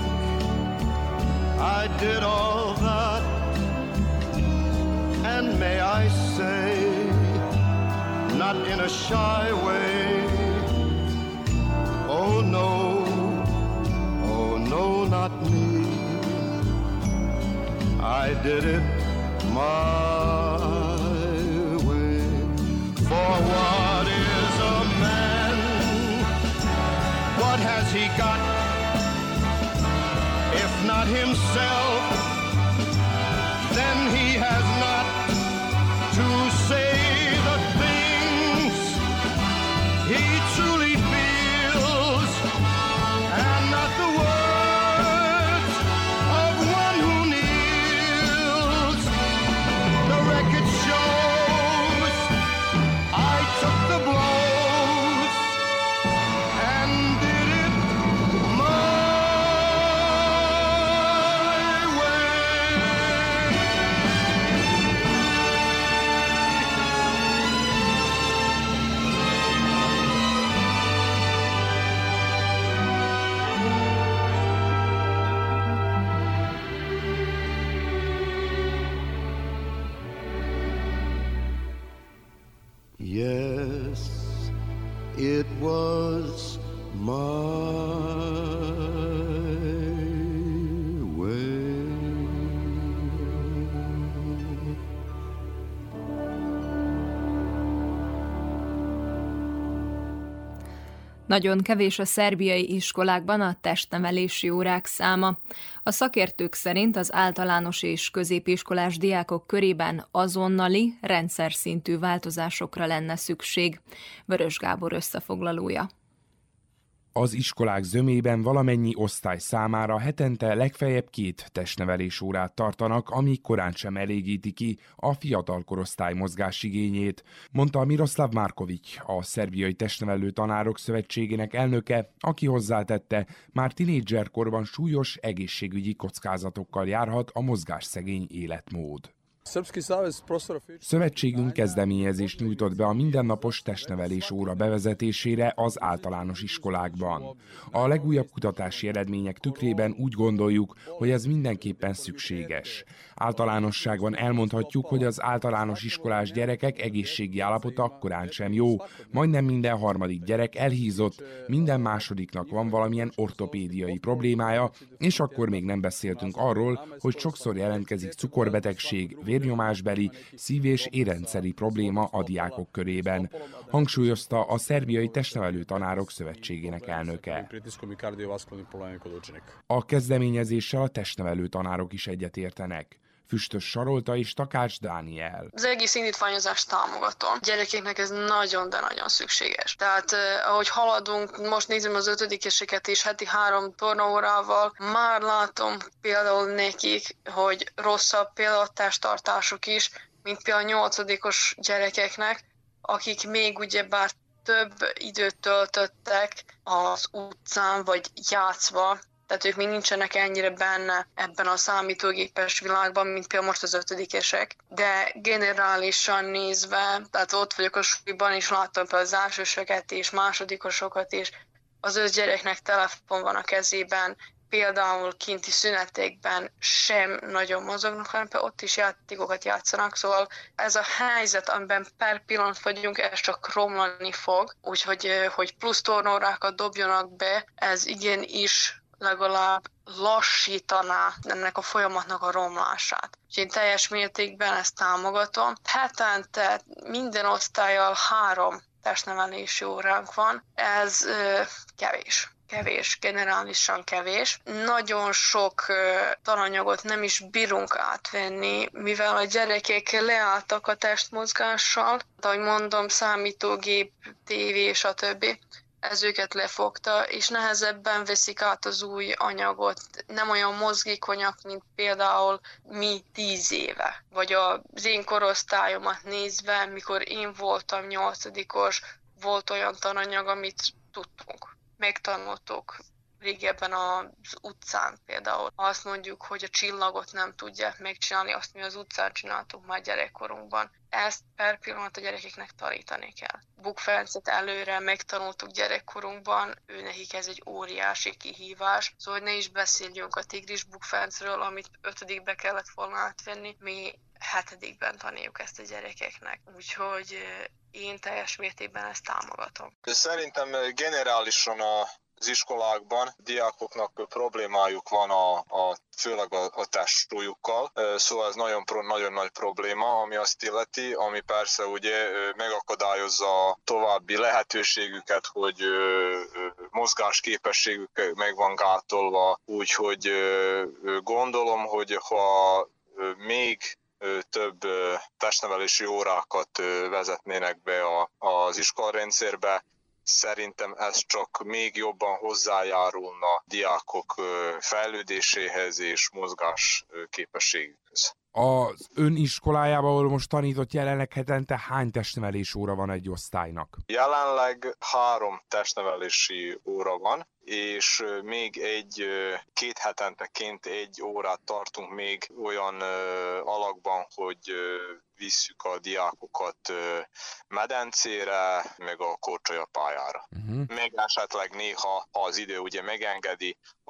I did all that, and may I say, not in a shy way. Oh no, oh no, not me. I did it my way. For what is a man? What has he got? If not himself, then he has not to say the things he truly feels, and not the words of one who kneels. The record shows I took the blows and did it my way. Nagyon kevés a szerbiai iskolákban a testnevelési órák száma. A szakértők szerint az általános és középiskolás diákok körében azonnali, rendszer szintű változásokra lenne szükség. Vörös Gábor összefoglalója. Az iskolák zömében valamennyi osztály számára hetente legfeljebb két testnevelés órát tartanak, ami korán sem elégíti ki a fiatal korosztály mozgásigényét, mondta Miroslav Marković, a Szerbiai Testnevelő Tanárok Szövetségének elnöke, aki hozzátette, már tinédzserkorban súlyos egészségügyi kockázatokkal járhat a mozgásszegény életmód. Szövetségünk kezdeményezést nyújtott be a mindennapos testnevelés óra bevezetésére az általános iskolákban. A legújabb kutatási eredmények tükrében úgy gondoljuk, hogy ez mindenképpen szükséges. Általánosságban elmondhatjuk, hogy az általános iskolás gyerekek egészségi állapota korán sem jó, majdnem minden harmadik gyerek elhízott, minden másodiknak van valamilyen ortopédiai problémája, és akkor még nem beszéltünk arról, hogy sokszor jelentkezik cukorbetegség, vérnyomásbeli, szív- és érrendszeri probléma a diákok körében, hangsúlyozta a Szerbiai Testnevelő Tanárok Szövetségének elnöke. A kezdeményezéssel a testnevelő tanárok is egyetértenek. Füstös Sarolta és Takács Dániel. Az egész indítványozást támogatom. Gyerekeknek ez nagyon, de nagyon szükséges. Tehát eh, ahogy haladunk, most nézem az ötödikeseket is heti három tornaórával, már látom például nekik, hogy rosszabb például a testtartásuk is, mint például a nyolcadikos gyerekeknek, akik még ugyebár több időt töltöttek az utcán vagy játszva, tehát ők még nincsenek ennyire benne ebben a számítógépes világban, mint például most az ötödikesek. De generálisan nézve, tehát ott vagyok a súlyban, és láttam például az elsősöket és másodikosokat is, az öt gyereknek telefon van a kezében, például kinti szünetekben sem nagyon mozognak, hanem ott is játékokat játszanak, szóval ez a helyzet, amiben per pillanat vagyunk, ez csak romlani fog, úgyhogy hogy plusz tornórákat dobjanak be, ez igenis legalább lassítaná ennek a folyamatnak a romlását. Úgyhogy én teljes mértékben ezt támogatom. Hetente minden osztállyal három testnevelési óránk van, ez ö, kevés. Kevés, generálisan kevés. Nagyon sok uh, tananyagot nem is bírunk átvenni, mivel a gyerekek leálltak a testmozgással, ahogy mondom, számítógép, tévé, stb. Ez őket lefogta, és nehezebben veszik át az új anyagot. Nem olyan mozgékonyak, mint például mi tíz éve. Vagy az én korosztályomat nézve, mikor én voltam nyolcadikos, volt olyan tananyag, amit tudtunk. Megtanultuk régebben az utcán például. Azt mondjuk, hogy a csillagot nem tudják megcsinálni, azt mi az utcán csináltuk már gyerekkorunkban. Ezt per pillanat a gyerekeknek tanítani kell. Buk Ferencet előre megtanultuk gyerekkorunkban, ő nekik ez egy óriási kihívás. Szóval ne is beszéljünk a Tigris Buk Ferencről, amit ötödikbe kellett volna átvenni, mi hetedikben tanuljuk ezt a gyerekeknek. Úgyhogy én teljes mértékben ezt támogatom. Szerintem generálisan a az iskolákban diákoknak problémájuk van a, a főleg a, a testsúlyukkal, szóval ez nagyon, nagyon nagy probléma, ami azt illeti, ami persze ugye megakadályozza a további lehetőségüket, hogy mozgásképességük meg van gátolva, úgyhogy gondolom, hogy ha még több testnevelési órákat vezetnének be az iskolarendszerbe, szerintem ez csak még jobban hozzájárulna a diákok fejlődéséhez és mozgás képességükhöz. Az ön iskolájában, ahol most tanított, jelenleg hetente hány testnevelés óra van egy osztálynak? Jelenleg három testnevelési óra van, és még egy, két hetenteként egy órát tartunk még olyan alakban, hogy visszük a diákokat medencére, meg a korcsolyapályára. Uh-huh. Meg esetleg néha, ha az idő ugye megengedi,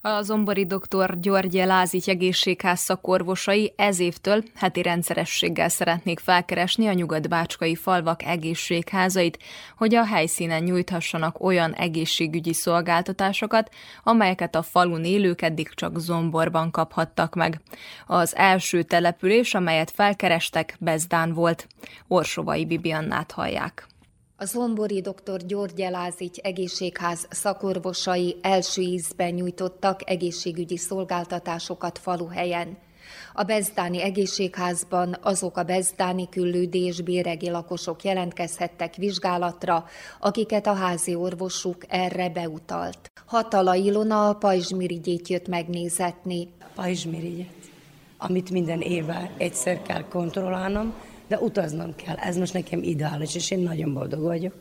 A zombori doktor György Lázich egészségház szakorvosai ez évtől heti rendszerességgel szeretnék felkeresni a nyugat-bácskai falvak egészségházait, hogy a helyszínen nyújthassanak olyan egészségügyi szolgáltatásokat, amelyeket a falun élők eddig csak Zomborban kaphattak meg. Az első település, amelyet felkerestek, Bezdán volt. Orsovai Bibiannát hallják. A zombori doktor György Lázich egészségház szakorvosai első ízben nyújtottak egészségügyi szolgáltatásokat faluhelyen. A bezdáni egészségházban azok a bezdáni küllődi és béregi lakosok jelentkezhettek vizsgálatra, akiket a házi orvosuk erre beutalt. Hatala Ilona a pajzsmirigyét jött megnézetni. A pajzsmirigyet, amit minden évben egyszer kell kontrollálnom, de utaznom kell. Ez most nekem ideális, és én nagyon boldog vagyok.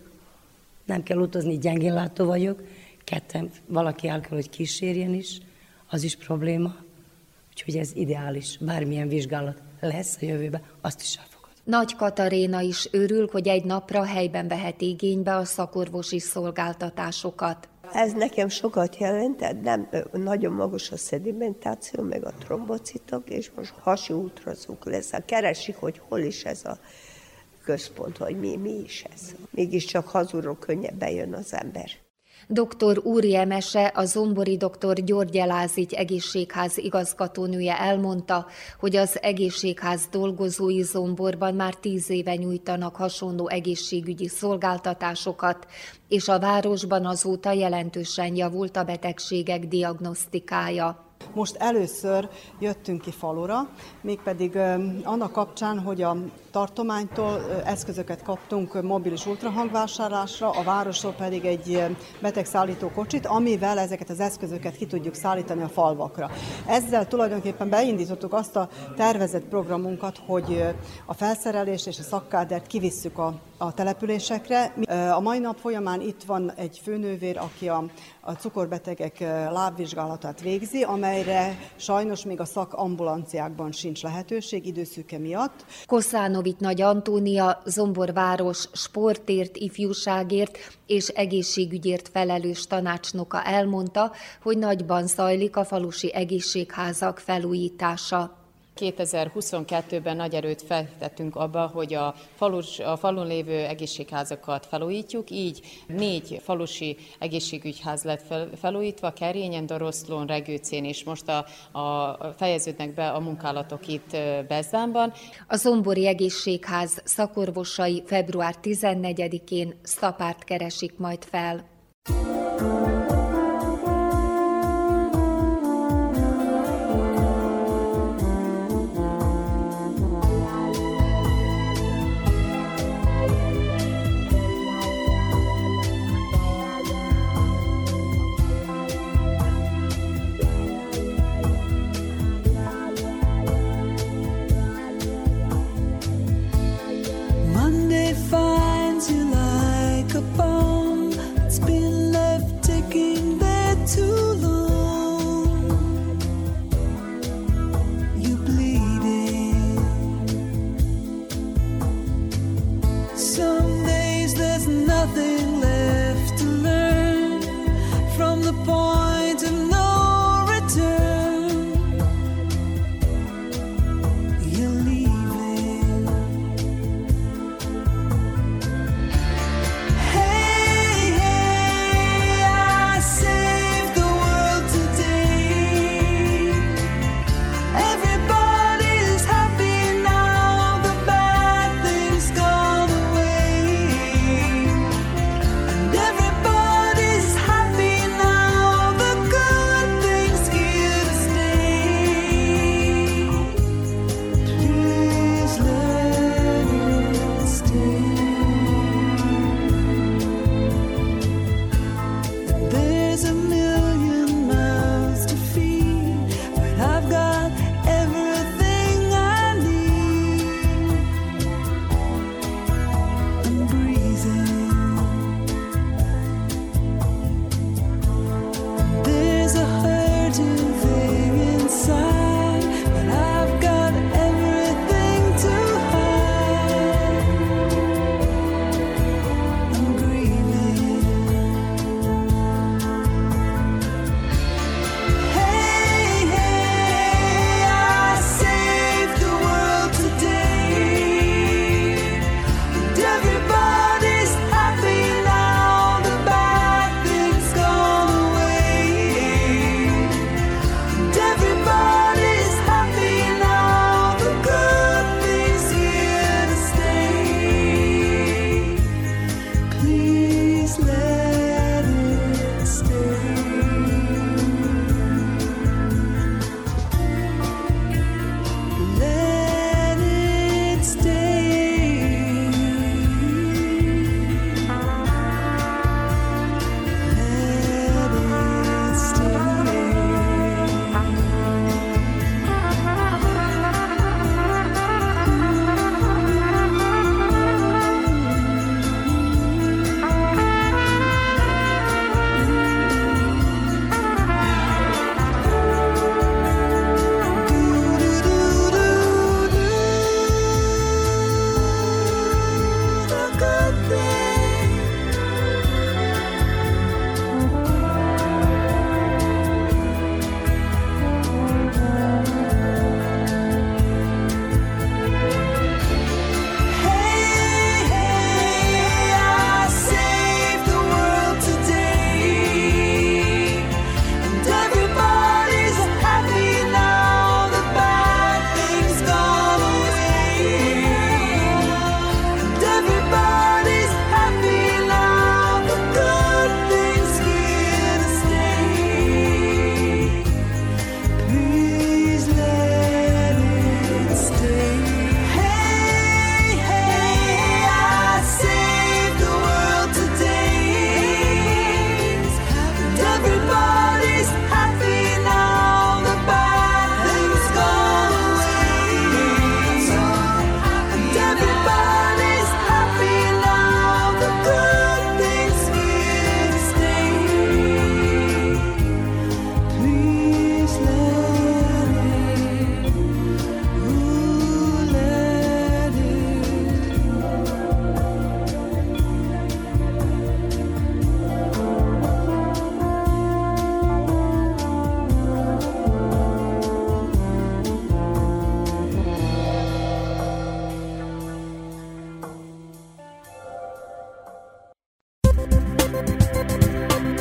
Nem kell utazni, gyengénlátó vagyok. Ketten, valaki el kell, hogy kísérjen is, az is probléma. Úgyhogy ez ideális. Bármilyen vizsgálat lesz a jövőben, azt is elfogad. Nagy Kataréna is örül, hogy egy napra helyben vehet igénybe a szakorvosi szolgáltatásokat. Ez nekem sokat jelentett, nem nagyon magas a szedimentáció, meg a trombocitok, és most hasi ultrazúk lesz. Keresik, hogy hol is ez a központ, vagy mi, mi is ez. Mégiscsak hazulról könnyebben jön az ember. doktor Úri Emese, a zombori doktor György Lázich egészségház igazgatónője elmondta, hogy az egészségház dolgozói Zomborban már tíz éve nyújtanak hasonló egészségügyi szolgáltatásokat, és a városban azóta jelentősen javult a betegségek diagnosztikája. Most először jöttünk ki falura, mégpedig annak kapcsán, hogy a tartománytól eszközöket kaptunk mobilis ultrahangvásárlásra, a városról pedig egy betegszállító kocsit, amivel ezeket az eszközöket ki tudjuk szállítani a falvakra. Ezzel tulajdonképpen beindítottuk azt a tervezett programunkat, hogy a felszerelést és a szakkádert kivisszük a, a településekre. A mai nap folyamán itt van egy főnővér, aki a, a cukorbetegek lábvizsgálatát végzi, amelyre sajnos még a szakambulanciákban sincs lehetőség időszűke miatt. Koszánovics Nagy Antónia, Zomborváros sportért, ifjúságért és egészségügyért felelős tanácsnoka elmondta, hogy nagyban zajlik a falusi egészségházak felújítása. kétezer-huszonkettőben nagy erőt fektettünk abba, hogy a, falus, a falun lévő egészségházakat felújítjuk, így négy falusi egészségügyház lett fel, felújítva, Kerényen, Doroszlón, Regőcén, és most a, a fejeződnek be a munkálatok itt Bezdánban. A zombori egészségház szakorvosai február tizennegyedikén Szapárt keresik majd fel. Monday finds you like a bomb. It's been left ticking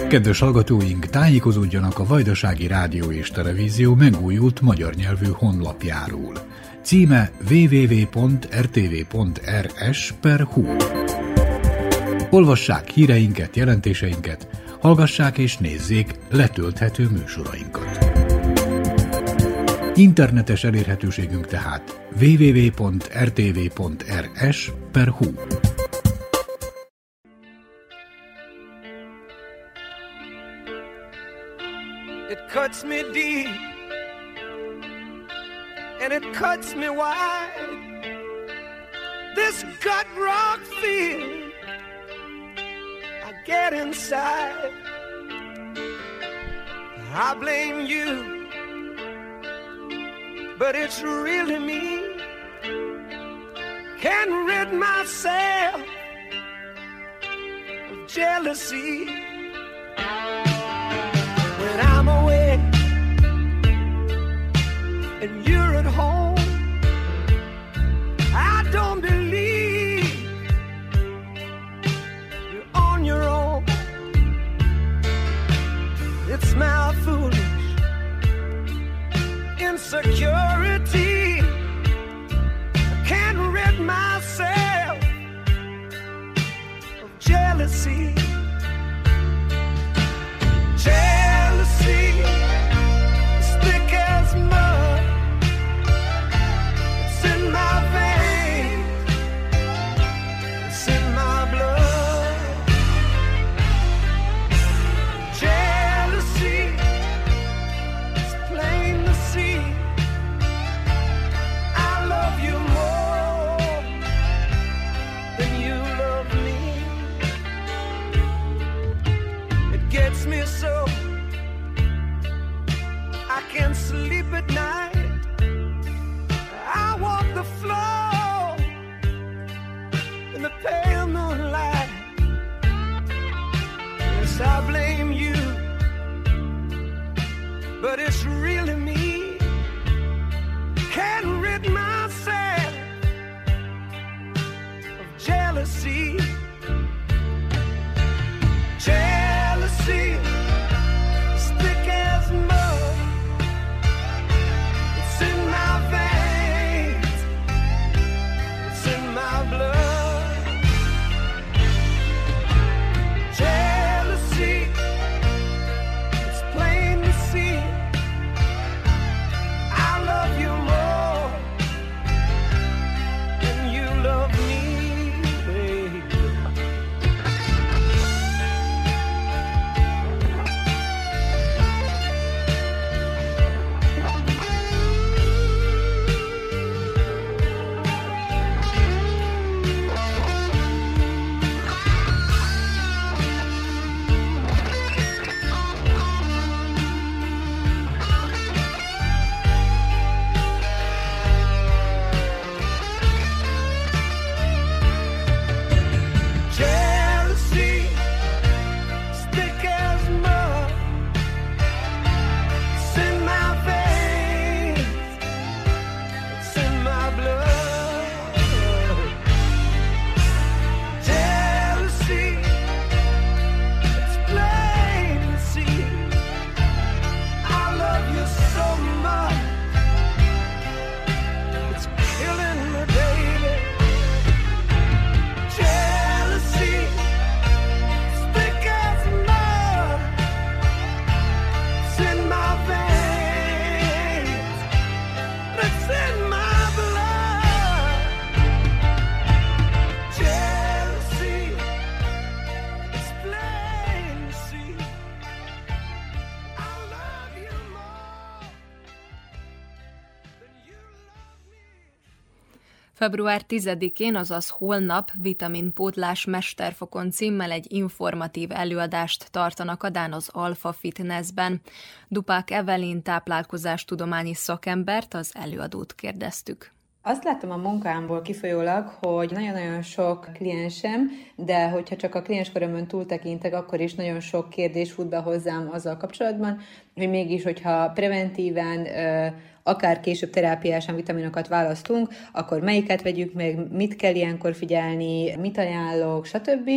Kedves hallgatóink, tájékozódjanak a Vajdasági Rádió és Televízió megújult magyar nyelvű honlapjáról. Címe double-u double-u double-u pont r t v pont r s per h u. Olvassák híreinket, jelentéseinket, hallgassák és nézzék letölthető műsorainkat. Internetes elérhetőségünk tehát double-u double-u double-u pont r t v pont r s per h u. It cuts me deep and it cuts me wide. This gut rock feeling I get inside. I blame you, but it's really me. Can't rid myself of jealousy. When I'm away and you're at home, I don't believe you're on your own. It's my foolish insecurity. I can't rid myself of jealousy. Jealousy is thick as mud. It's in my veins. It's in my blood. Jealousy is plain to see. I love you more than you love me. It gets me so I can't sleep at night. I walk the floor in the pale moonlight. Yes, I blame you, but it's really me. Can't rid myself of jealousy. Jealousy is thick as mud. It's in my veins. It's in my blood. Jealousy, it's plain to see. I love you more than you love me, babe. Jealousy is thick as mud. It's in my veins. It's in my blood. Jealousy, it's plain to see. I love you so much. It's killing me, baby. Jealousy is thick as mud. It's in my veins. It's in my blood. Jealousy, it's plain to see. I love you more than you love me. Február tizedikén, azaz holnap vitaminpótlás mesterfokon címmel egy informatív előadást tartanak a Dán az Alfa Fitnessben. Dupák Evelyn táplálkozástudományi szakembert, az előadót kérdeztük. Azt láttam a munkámból kifolyólag, hogy nagyon-nagyon sok kliensem, de hogyha csak a klienskörömön túltekintek, akkor is nagyon sok kérdés fut be hozzám azzal kapcsolatban, hogy mégis, hogyha preventíven, akár később terápiásan vitaminokat választunk, akkor melyiket vegyük meg, mit kell ilyenkor figyelni, mit ajánlok, stb.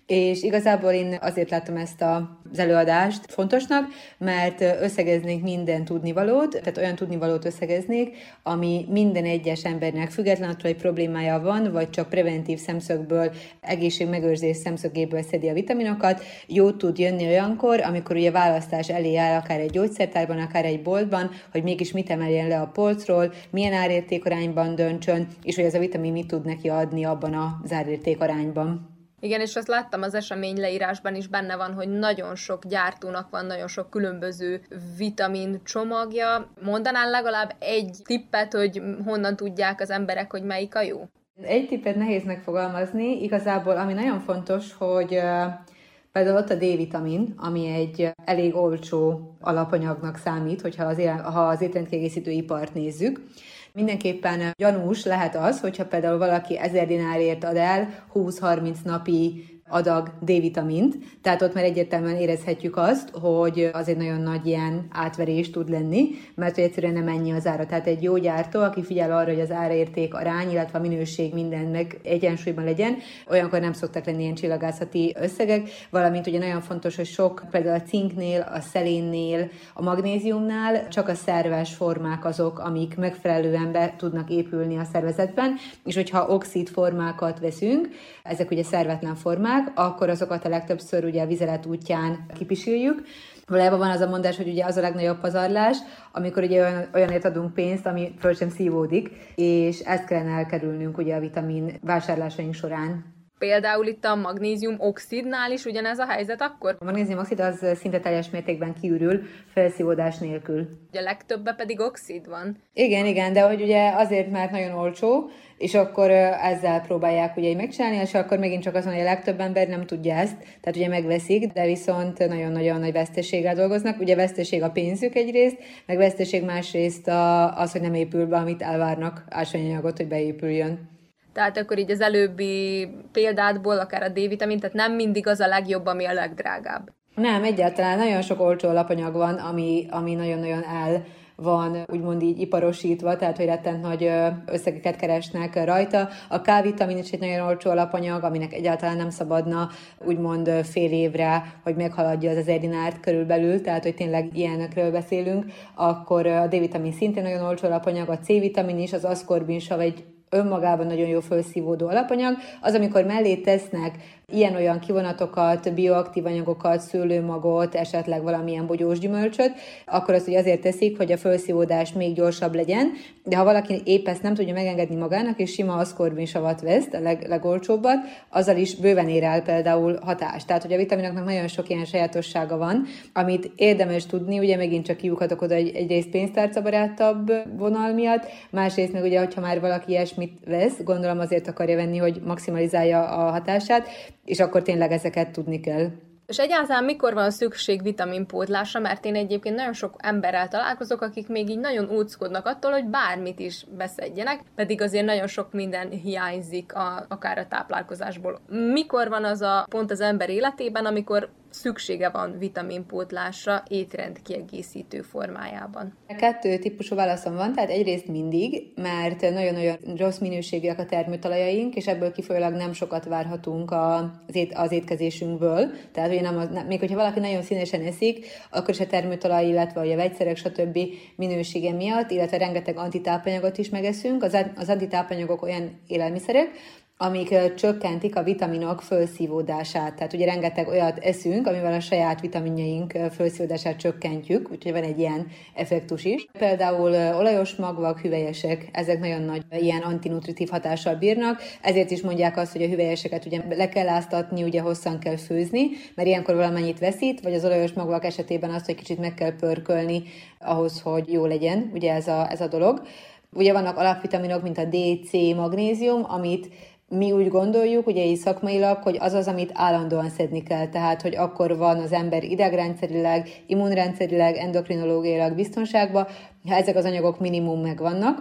És igazából én azért láttam ezt az előadást fontosnak, mert összegeznék minden tudnivalót, tehát olyan tudnivalót összegeznék, ami minden egyes embernek független attól, hogy problémája van, vagy csak preventív szemszögből, egészségmegőrzés szemszögéből szedi a vitaminokat, jó tud jönni olyankor, amikor ugye választás elé áll akár egy gyógyszertárban, akár egy boltban, hogy mégis mit emeljen le a polcról, milyen árértékarányban döntsön, és hogy ez a vitamin mit tud neki adni abban az árértékarányban. Igen, és azt láttam az esemény leírásban is benne van, hogy nagyon sok gyártónak van nagyon sok különböző vitamin csomagja. Mondanál legalább egy tippet, hogy honnan tudják az emberek, hogy melyik a jó? Egy tippet nehéz megfogalmazni. Igazából ami nagyon fontos, hogy például ott a D-vitamin, ami egy elég olcsó alapanyagnak számít, hogyha az, ha az étrendkiegészítő ipart nézzük. Mindenképpen gyanús lehet az, hogyha például valaki ezer dinárért ad el húsz-harminc napi adag D-vitamint, tehát ott már egyértelműen érezhetjük azt, hogy az egy nagyon nagy ilyen átverés tud lenni, mert hogy egyszerűen nem ennyi az ára. Tehát egy jó gyártó, aki figyel arra, hogy az árérték arány, illetve a minőség minden meg egyensúlyban legyen, olyankor nem szoktak lenni ilyen csillagászati összegek, valamint ugye nagyon fontos, hogy sok, például a cinknél, a szelénnél, a magnéziumnál csak a szerves formák azok, amik megfelelően be tudnak épülni a szervezetben, és hogyha oxid formákat veszünk, ezek ugye szervetlen formák, akkor azokat a legtöbbször ugye a vizelet útján kipisiljük. Valójában van az a mondás, hogy ugye az a legnagyobb pazarlás, amikor ugye olyan, olyanért adunk pénzt, ami föl sem szívódik, és ezt kellene elkerülnünk ugye a vitamin vásárlásaink során. Például itt a magnézium oxidnál is ugyanez a helyzet akkor? A magnézium oxid az szinte teljes mértékben kiürül, felszívódás nélkül. Ugye a legtöbbben pedig oxid van. Igen, igen, de hogy ugye azért, mert nagyon olcsó, és akkor ezzel próbálják ugye megcsinálni, és akkor megint csak az, hogy a legtöbb ember nem tudja ezt, tehát ugye megveszik, de viszont nagyon-nagyon nagy veszteséggel dolgoznak. Ugye veszteség a pénzük egyrészt, meg veszteség másrészt az, hogy nem épül be, amit elvárnak ásványanyagot, hogy beépüljön. Tehát akkor így az előbbi példádból, akár a D-vitamin, tehát nem mindig az a legjobb, ami a legdrágább. Nem, egyáltalán nagyon sok olcsó alapanyag van, ami, ami nagyon-nagyon el van úgymond így iparosítva, tehát hogy rettent nagy összegeket keresnek rajta. A K-vitamin is egy nagyon olcsó alapanyag, aminek egyáltalán nem szabadna úgymond fél évre, hogy meghaladja az ezer dinárt körülbelül, tehát hogy tényleg ilyenekről beszélünk. Akkor a D-vitamin szintén nagyon olcsó alapanyag, a C-vitamin is, az aszkorbinsav egy önmagában nagyon jó felszívódó alapanyag, az, amikor mellé tesznek ilyen-olyan kivonatokat, bioaktív anyagokat, szőlőmagot, esetleg valamilyen bogyós gyümölcsöt, akkor azt ugye azért teszik, hogy a felszívódás még gyorsabb legyen, de ha valaki épp ezt nem tudja megengedni magának, és sima aszkorbinsavat vesz, a leg, legolcsóbbat, azzal is bőven ér el például hatást. Tehát, hogy a vitaminoknak nagyon sok ilyen sajátossága van, amit érdemes tudni, ugye megint csak kiukadok oda egy, egyrészt pénztárcabarátabb vonal miatt, másrészt meg ugye, hogyha már valaki ilyesmit vesz, gondolom azért akarja venni, hogy maximalizálja a hatását, és akkor tényleg ezeket tudni kell. És egyáltalán mikor van szükség vitaminpótlásra, mert én egyébként nagyon sok emberrel találkozok, akik még így nagyon óckodnak attól, hogy bármit is beszedjenek, pedig azért nagyon sok minden hiányzik a, akár a táplálkozásból. Mikor van az a pont az ember életében, amikor szüksége van vitaminpótlásra étrendkiegészítő formájában? Kettő típusú válaszom van, tehát egyrészt mindig, mert nagyon-nagyon rossz minőségűek a termőtalajaink, és ebből kifolyólag nem sokat várhatunk az, ét, az étkezésünkből. Tehát ugye nem az, nem, még hogyha valaki nagyon színesen eszik, akkor is a termőtalaj, illetve a vegyszerek, stb. Minősége miatt, illetve rengeteg antitápanyagot is megeszünk. Az, az antitápanyagok olyan élelmiszerek, amik csökkentik a vitaminok felszívódását. Tehát ugye rengeteg olyat eszünk, amivel a saját vitaminjaink felszívódását csökkentjük, úgyhogy van egy ilyen effektus is. Például olajos magvak, hüvelyesek, ezek nagyon nagy ilyen antinutritív hatással bírnak, ezért is mondják azt, hogy a hüvelyeseket ugye le kell áztatni, ugye hosszan kell főzni, mert ilyenkor valamennyit veszít, vagy az olajos magvak esetében azt, hogy kicsit meg kell pörkölni ahhoz, hogy jó legyen, ugye ez a, ez a dolog. Ugye vannak alapvitaminok, mint a D, C, magnézium, amit mi úgy gondoljuk, ugye így szakmailag, hogy az az, amit állandóan szedni kell, tehát, hogy akkor van az ember idegrendszerileg, immunrendszerileg, endokrinológiailag biztonságban, ha ezek az anyagok minimum megvannak,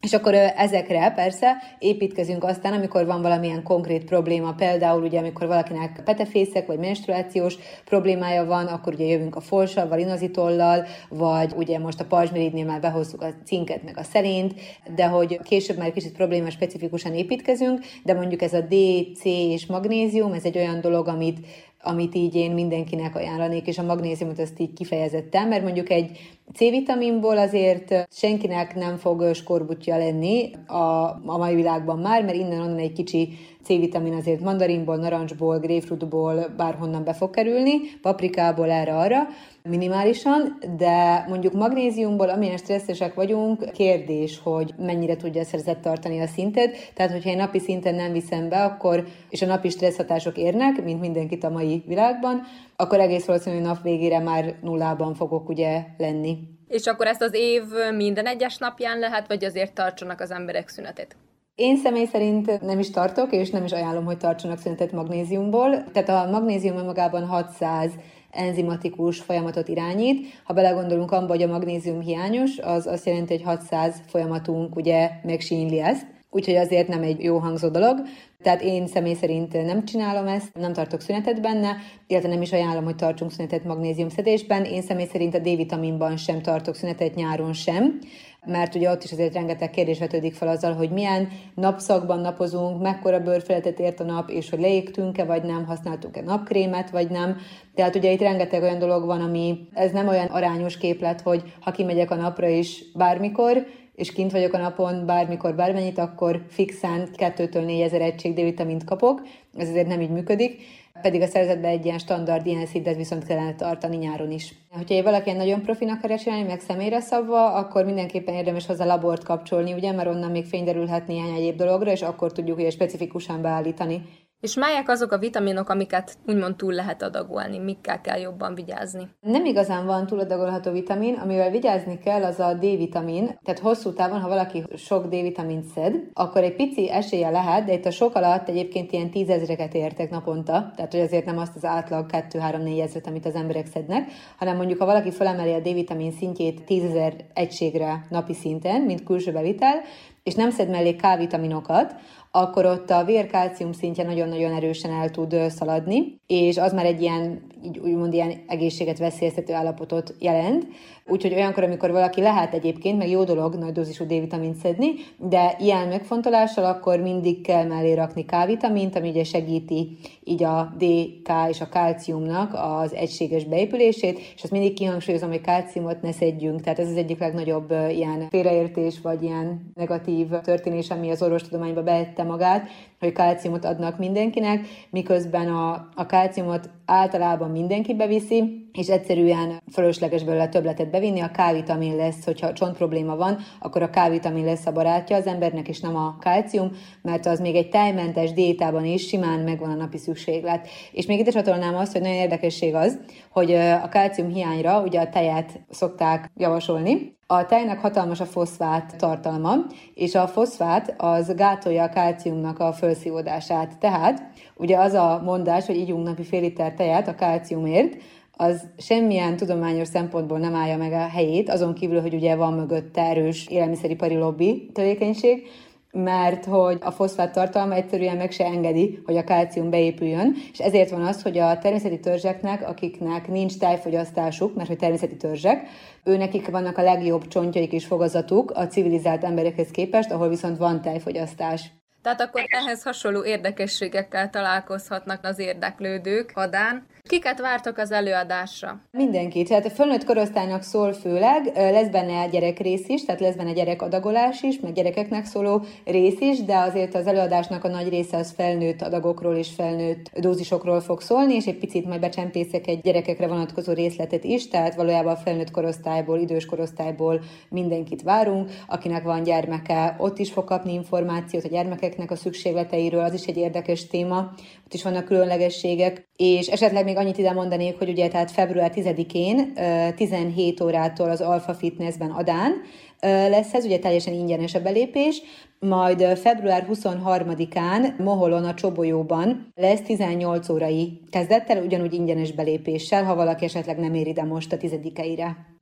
És akkor ezekre persze építkezünk aztán, amikor van valamilyen konkrét probléma, például ugye amikor valakinek petefészek vagy menstruációs problémája van, akkor ugye jövünk a folsavval, inazitollal, vagy ugye most a pajzsmirigynél már behozzuk a cinket meg a szelént, de hogy később már kicsit probléma specifikusan építkezünk, de mondjuk ez a D, C és magnézium, ez egy olyan dolog, amit amit így én mindenkinek ajánlanék, és a magnéziumot azt így kifejezettem, mert mondjuk egy C-vitaminból azért senkinek nem fog skorbutja lenni a, a mai világban már, mert innen-onnan egy kicsi C-vitamin azért mandarinból, narancsból, grapefruitból bárhonnan be fog kerülni, paprikából erre-arra, minimálisan, de mondjuk magnéziumból, amilyen stresszesek vagyunk, kérdés, hogy mennyire tudja a szervezet tartani a szintet, tehát hogyha én napi szinten nem viszem be, akkor, és a napi stresszhatások érnek, mint mindenkit a mai világban, akkor egész valószínűleg nap végére már nullában fogok ugye lenni. És akkor ezt az év minden egyes napján lehet, vagy azért tartsanak az emberek szünetet? Én személy szerint nem is tartok, és nem is ajánlom, hogy tartsanak szünetet magnéziumból. Tehát a magnézium önmagában hatszáz enzimatikus folyamatot irányít. Ha belegondolunk abba, hogy a magnézium hiányos, az azt jelenti, hogy hatszáz folyamatunk ugye megsínli ezt. Úgyhogy azért nem egy jó hangzó dolog. Tehát én személy szerint nem csinálom ezt, nem tartok szünetet benne, illetve nem is ajánlom, hogy tartsunk szünetet magnéziumszedésben. Én személy szerint a D-vitaminban sem tartok szünetet, nyáron sem, mert ugye ott is azért rengeteg kérdés vetődik fel azzal, hogy milyen napszakban napozunk, mekkora bőrfeletet ért a nap, és hogy leégtünk-e, vagy nem, használtunk-e napkrémet, vagy nem. Tehát ugye itt rengeteg olyan dolog van, ami ez nem olyan arányos képlet, hogy ha kimegyek a napra is bármikor, és kint vagyok a napon bármikor, bármennyit, akkor fixán kettőtől négyezer egység D-vitamint kapok. Ez azért nem így működik. Pedig a szervezetben egy ilyen standard ilyen szintet viszont kellene tartani nyáron is. Hogyha valaki nagyon profin akarja csinálni, meg személyre szabva, akkor mindenképpen érdemes hozzá labort kapcsolni, ugye, mert onnan még fény derülhet néhány egyéb dologra, és akkor tudjuk ugye specifikusan beállítani. És melyek azok a vitaminok, amiket úgymond túl lehet adagolni, mikkel kell jobban vigyázni? Nem igazán van túladagolható vitamin, amivel vigyázni kell, az a D-vitamin. Tehát hosszú távon, ha valaki sok D-vitamint szed, akkor egy pici esélye lehet, de itt a sok alatt egyébként ilyen tízezreket értek naponta, tehát hogy azért nem azt az átlag kettő-három-négy ezret, amit az emberek szednek, hanem mondjuk ha valaki felemeli a D-vitamin szintjét tízezer egységre napi szinten, mint külső bevitel, és nem szed mellé K-vitaminokat, akkor ott a vérkálcium szintje nagyon-nagyon erősen el tud szaladni, és az már egy ilyen, így úgymond ilyen egészséget veszélyeztető állapotot jelent. Úgyhogy olyankor, amikor valaki lehet egyébként, meg jó dolog nagy dózisú D-vitamint szedni, de ilyen megfontolással akkor mindig kell mellé rakni K-vitamint, ami ugye segíti így a D, K és a kálciumnak az egységes beépülését, és azt mindig kihangsúlyozom, hogy kálciumot ne szedjünk, tehát ez az egyik legnagyobb ilyen félreértés, vagy ilyen negatív történés, ami az orvostudományba beette magát, hogy kálciumot adnak mindenkinek, miközben a, a kálciumot általában mindenki beviszi, és egyszerűen fölösleges belőle többletet bevinni, a K-vitamin lesz, hogyha csont probléma van, akkor a K-vitamin lesz a barátja az embernek, és nem a kálcium, mert az még egy tejmentes diétában is simán megvan a napi szükséglet. És még ide csatolnám azt, hogy nagyon érdekesség az, hogy a kálcium hiányra ugye a tejet szokták javasolni. A tejnek hatalmas a foszfát tartalma, és a foszfát az gátolja a kálciumnak a felszívódását. Tehát ugye az a mondás, hogy ígyunk napi fél liter tejet a kálciumért, az semmilyen tudományos szempontból nem állja meg a helyét, azon kívül, hogy ugye van mögött erős élelmiszeripari lobby tevékenység, mert hogy a foszfát tartalma egyszerűen meg se engedi, hogy a kálcium beépüljön, és ezért van az, hogy a természeti törzseknek, akiknek nincs tejfogyasztásuk, mert hogy természeti törzsek, őnekik vannak a legjobb csontjaik és fogazatuk a civilizált emberekhez képest, ahol viszont van tejfogyasztás. Tehát akkor ehhez hasonló érdekességekkel találkozhatnak az érdeklődők Adán. Kiket vártok az előadásra? Mindenkit. Tehát a fölnőtt korosztálynak szól főleg, lesz benne gyerekrész is, tehát lesz benne gyerekadagolás is, meg gyerekeknek szóló rész is, de azért az előadásnak a nagy része az felnőtt adagokról és felnőtt dózisokról fog szólni, és egy picit majd becsempészek egy gyerekekre vonatkozó részletet is, tehát valójában a felnőtt korosztályból, idős korosztályból mindenkit várunk. Akinek van gyermeke, ott is fog kapni információt a gyermekeknek a szükségleteiről, az is egy érdekes téma, ott is vannak különlegességek, és esetleg még annyit ide mondanék, hogy ugye tehát február tizedikén tizenhét órától az Alpha Fitnessben Adán lesz ez, ugye teljesen ingyenes a belépés, majd február huszonharmadikán Moholon a Csobolyóban lesz tizennyolc órai kezdettel, ugyanúgy ingyenes belépéssel, ha valaki esetleg nem ér ide most a tizedikeire.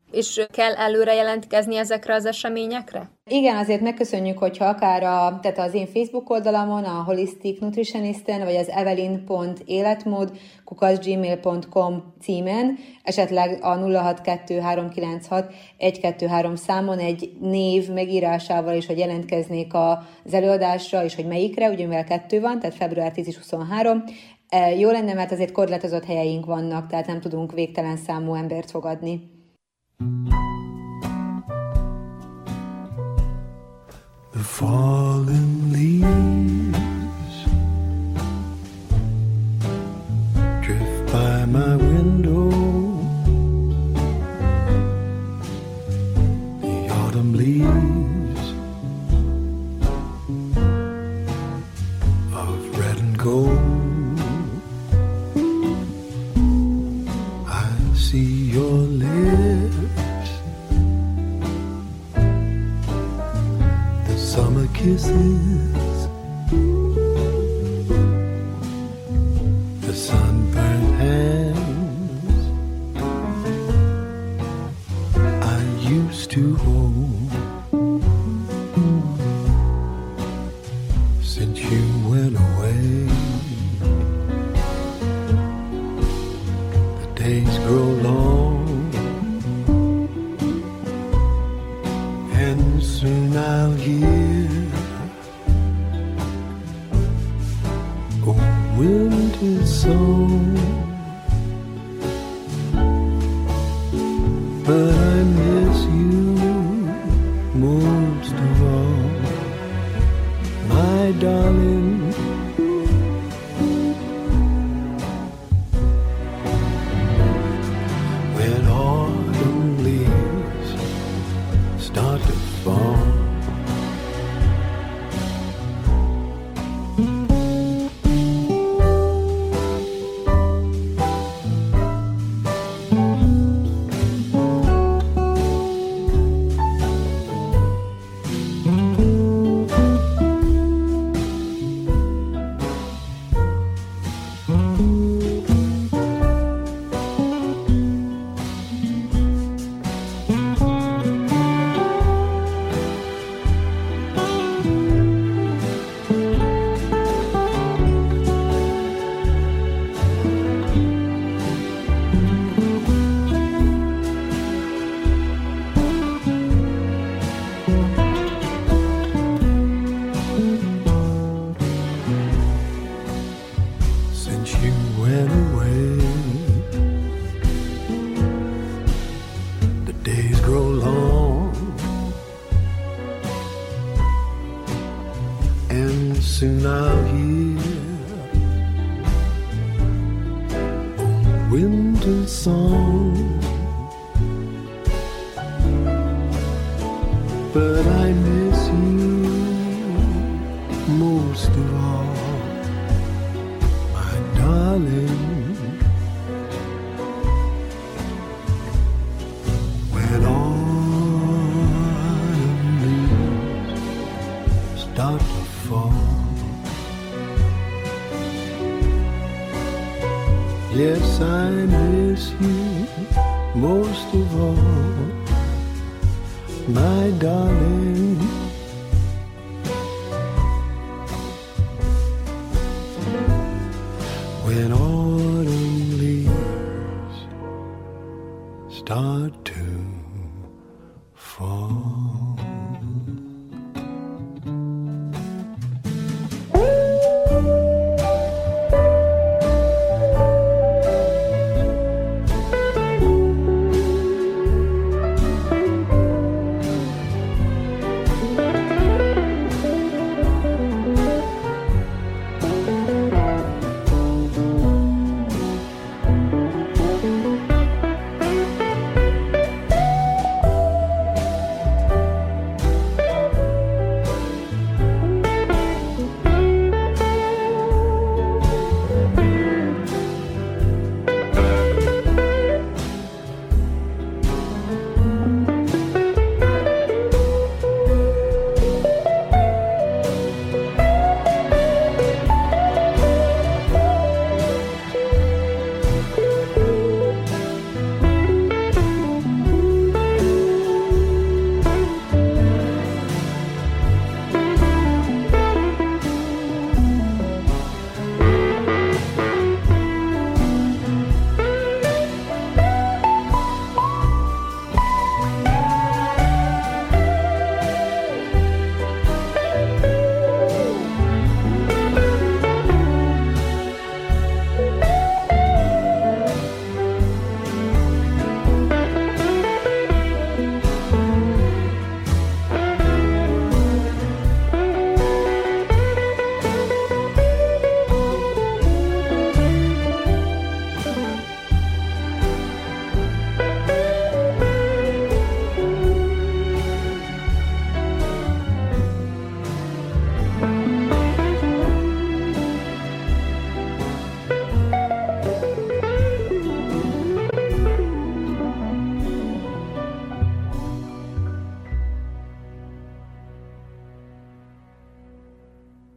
És kell előre jelentkezni ezekre az eseményekre? Igen, azért megköszönjük, hogyha akár a, tehát az én Facebook oldalamon, a Holistic Nutritionisten, vagy az evelyn pont életmód kukac gmail pont com címen, esetleg a nulla hat kettő három kilenc hat egy kettő három számon egy név megírásával is, hogy jelentkeznék az előadásra, és hogy melyikre, ugye mivel kettő van, tehát február tíz és huszonhárom. Jó lenne, mert azért korlátozott helyeink vannak, tehát nem tudunk végtelen számú embert fogadni. The fallen leaves drift by my window. The autumn leaves of red and gold. I see your lips, summer kisses, the sunburned hands I used to hold. Since you went away, the days grow long, and soon I'll hear a winter song. But I miss you most of all, my darling. When autumn leaves start to fall, soon I'll hear a winter song. But I miss you most of all, my darling. When autumn leaves start to fall, yes, I miss you most of all, my darling. When autumn leaves start to fall.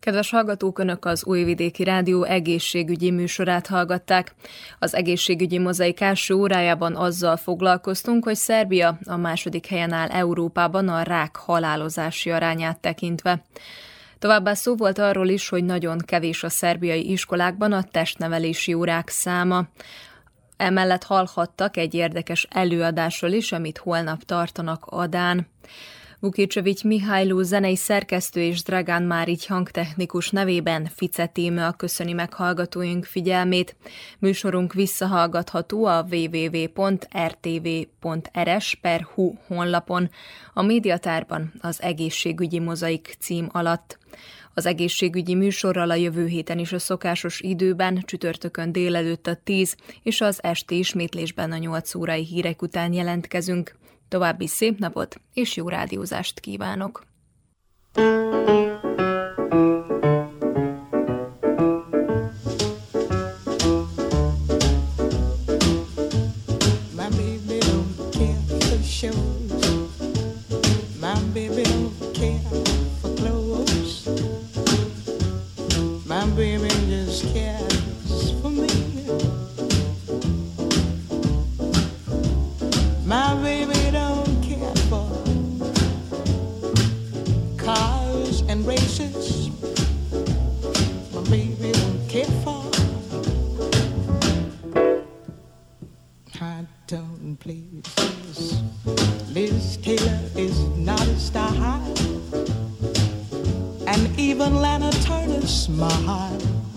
Kedves hallgatók, Önök az Újvidéki Rádió egészségügyi műsorát hallgatták. Az egészségügyi mozaik első órájában azzal foglalkoztunk, hogy Szerbia a második helyen áll Európában a rák halálozási arányát tekintve. Továbbá szó volt arról is, hogy nagyon kevés a szerbiai iskolákban a testnevelési órák száma. Emellett hallhattak egy érdekes előadásról is, amit holnap tartanak Adán. Vukicsevics Mihályló zenei szerkesztő és Dragán Márigy hangtechnikus nevében Fice Tímea köszöni meg hallgatóink figyelmét. Műsorunk visszahallgatható a double-u double-u double-u pont r t v pont r s per h u honlapon, a médiatárban az egészségügyi mozaik cím alatt. Az egészségügyi műsorral a jövő héten is a szokásos időben, csütörtökön délelőtt a tíz és az esti ismétlésben a nyolc órai hírek után jelentkezünk. További szép napot és jó rádiózást kívánok! Liz Taylor is not a star, and even Lana Turner smile.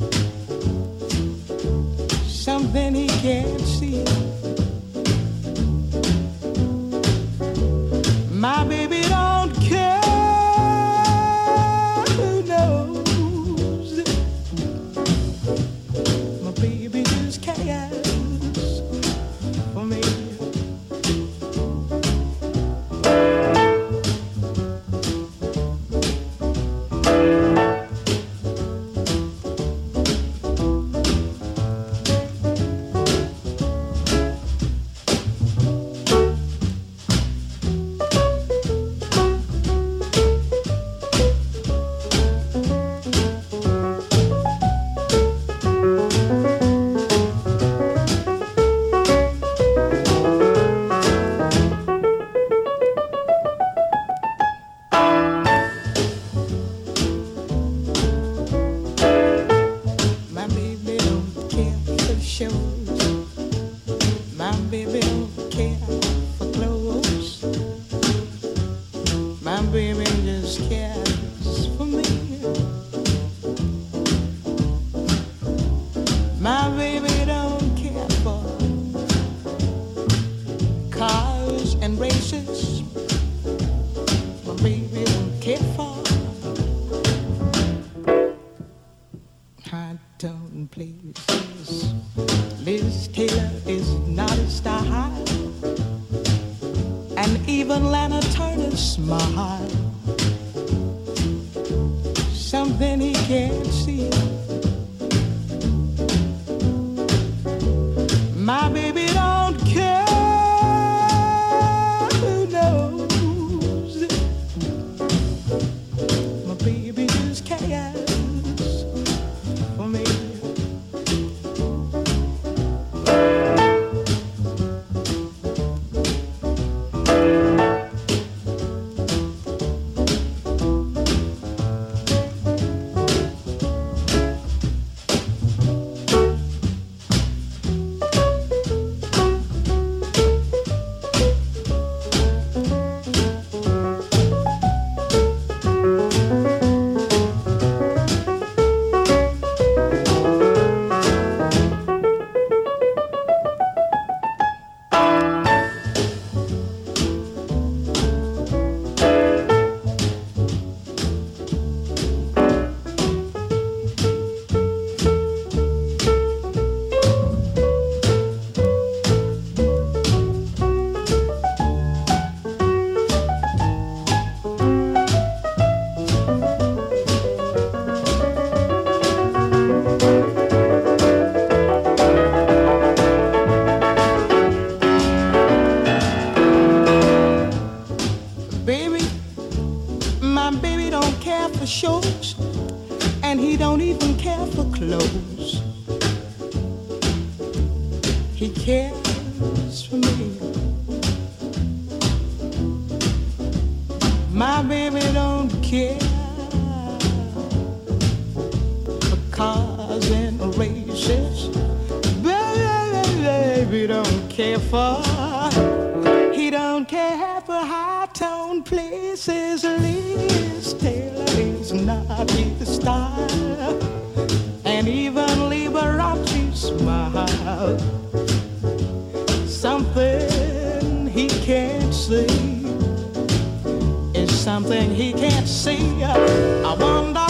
Something he can't see. My baby don't care who knows. My baby just cares for me. Liz Taylor is not a star, and even Lana Turner smile. Something he can't see. My baby don't care who knows. My baby just cares for me. and he don't even care for clothes. He cares for me. My baby don't care for cars and races. Baby don't care for. He don't care for high-tone places. Liz Taylor is not his style, and even Liberace smile. Something he can't see is something he can't see. I wonder